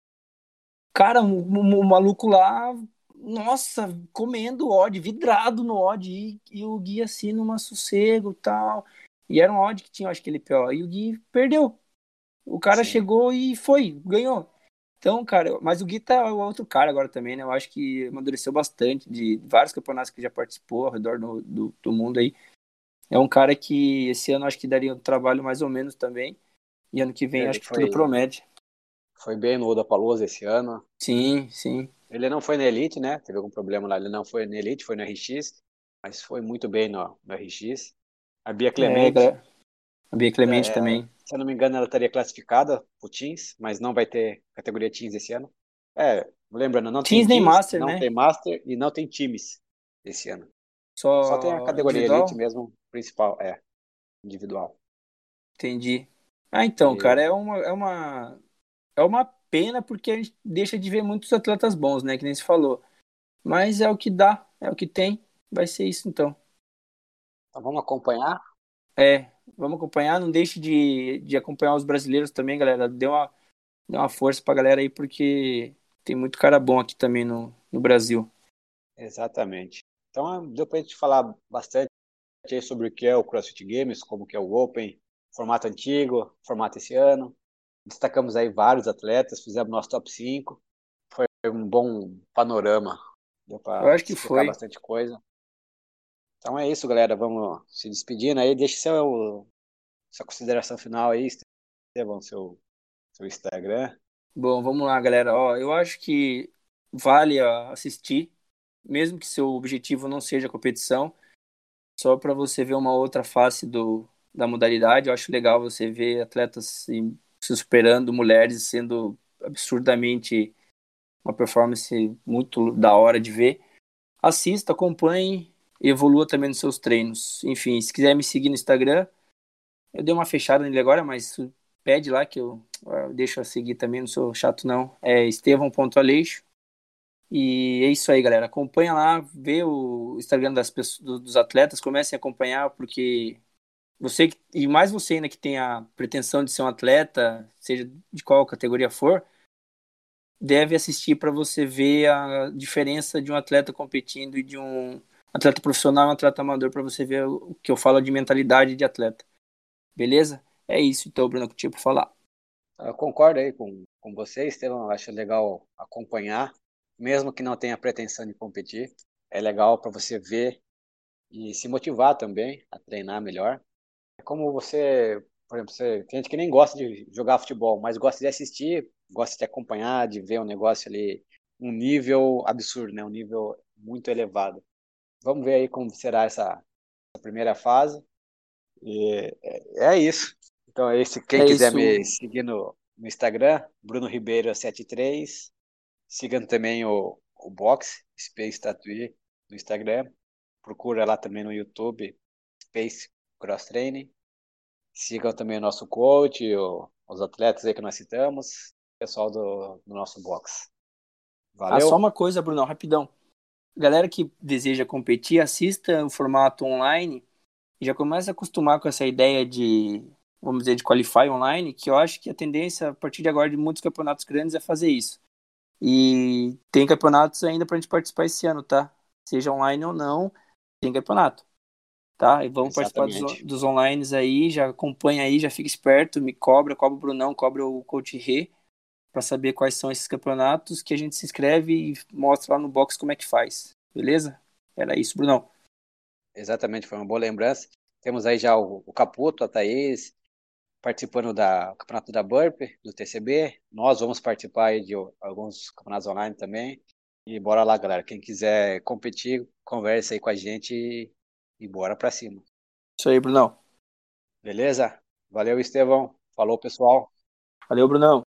Cara, o, o- o maluco lá, nossa, comendo odd, vidrado no odd e, e o Gui assim numa sossego, e tal. E era um odd que tinha, acho que ele P O, e o Gui perdeu. O cara Sim. chegou e foi, ganhou. Então, cara, mas o Gui tá é outro cara agora também, né? Eu acho que amadureceu bastante de vários campeonatos que já participou ao redor do, do, do mundo aí. É um cara que esse ano acho que daria um trabalho mais ou menos também. E ano que vem Ele acho que tudo foi, promete. foi bem no Lollapalooza esse ano. Sim, sim. Ele não foi na Elite, né? Teve algum problema lá, ele não foi na Elite, foi no R X, mas foi muito bem no, no R X. A Bia É, Clemente, gra- a Bia Clemente é, também. se eu não me engano, ela estaria classificada pro Teams, mas não vai ter categoria Teams esse ano. É, lembrando, não tem Teams nem Teams, Master, não né? tem Master e não tem Teams esse ano. Só tem a Só categoria Elite individual? mesmo, principal, é, individual. Entendi. Ah, então, cara, E, é uma, é uma, é uma pena porque a gente deixa de ver muitos atletas bons, né? Que nem se falou. Mas é o que dá, é o que tem. Vai ser isso então. então vamos acompanhar. É, vamos acompanhar. Não deixe de, de acompanhar os brasileiros também, galera. Dê uma, dê uma força pra galera aí, porque tem muito cara bom aqui também no, no Brasil. Exatamente. Então deu pra gente falar bastante aí sobre o que é o CrossFit Games, como que é o Open, formato antigo, formato esse ano. Destacamos aí vários atletas, fizemos nosso top cinco. Foi um bom panorama, deu Eu para acho que explicar foi. bastante coisa. Então é isso, galera. Vamos se despedindo aí. Deixe seu, sua consideração final aí, Estevão, seu, seu Instagram. Bom, vamos lá, galera. Ó, eu acho que vale ó, assistir, mesmo que seu objetivo não seja competição, só para você ver uma outra face do, da modalidade. Eu acho legal você ver atletas se, se superando, mulheres sendo absurdamente uma performance muito da hora de ver. Assista, acompanhe e evolua também nos seus treinos. Enfim, se quiser me seguir no Instagram, eu dei uma fechada nele agora, mas pede lá que eu, eu deixo a seguir também, não sou chato não. É estevão ponto aleixo. E é isso aí, galera. Acompanha lá, vê o Instagram das pessoas, do- dos atletas, comecem a acompanhar, porque você, que- e mais você ainda que tem a pretensão de ser um atleta, seja de qual categoria for, deve assistir para você ver a diferença de um atleta competindo e de um atleta profissional e um atleta amador, para você ver o que eu falo de mentalidade de atleta. Beleza? É isso então, Bruno, que eu tinha para falar. Eu concordo aí com, com você, Estevão. Eu acho legal acompanhar, mesmo que não tenha pretensão de competir. É legal para você ver e se motivar também a treinar melhor. É como você, por exemplo, você, tem gente que nem gosta de jogar futebol, mas gosta de assistir, gosta de acompanhar, de ver um negócio ali, um nível absurdo, né? Um nível muito elevado. Vamos ver aí como será essa, essa primeira fase. E é, é isso. Então, esse, quem É quiser me isso. seguir no, no Instagram, Bruno Ribeiro setenta e três. Sigam também o, o Box, Space Tattoo, no Instagram. Procura lá também no YouTube, Space Cross Training. Sigam também o nosso coach, o, os atletas aí que nós citamos, o pessoal do, do nosso box. Ah, só Valeu? uma coisa, Bruno, rapidão. Galera que deseja competir, assista o formato online e já começa a acostumar com essa ideia de, vamos dizer, de qualify online, que eu acho que a tendência a partir de agora de muitos campeonatos grandes é fazer isso. E tem campeonatos ainda pra gente participar esse ano, tá? Seja online ou não, tem campeonato, tá? E vamos participar dos, Exatamente. dos online aí, já acompanha aí, já fica esperto, me cobra, cobra o Brunão, cobra o Coach Rê, pra saber quais são esses campeonatos que a gente se inscreve e mostra lá no box como é que faz. Beleza? Era isso, Brunão. Exatamente, foi uma boa lembrança. Temos aí já o, o Caputo, a Thaís, participando da campeonato da Burp, do T C B. Nós vamos participar aí de alguns campeonatos online também. E bora lá, galera. Quem quiser competir, conversa aí com a gente e, e bora pra cima. Isso aí, Brunão. Beleza? Valeu, Estevão. Falou, pessoal. Valeu, Brunão.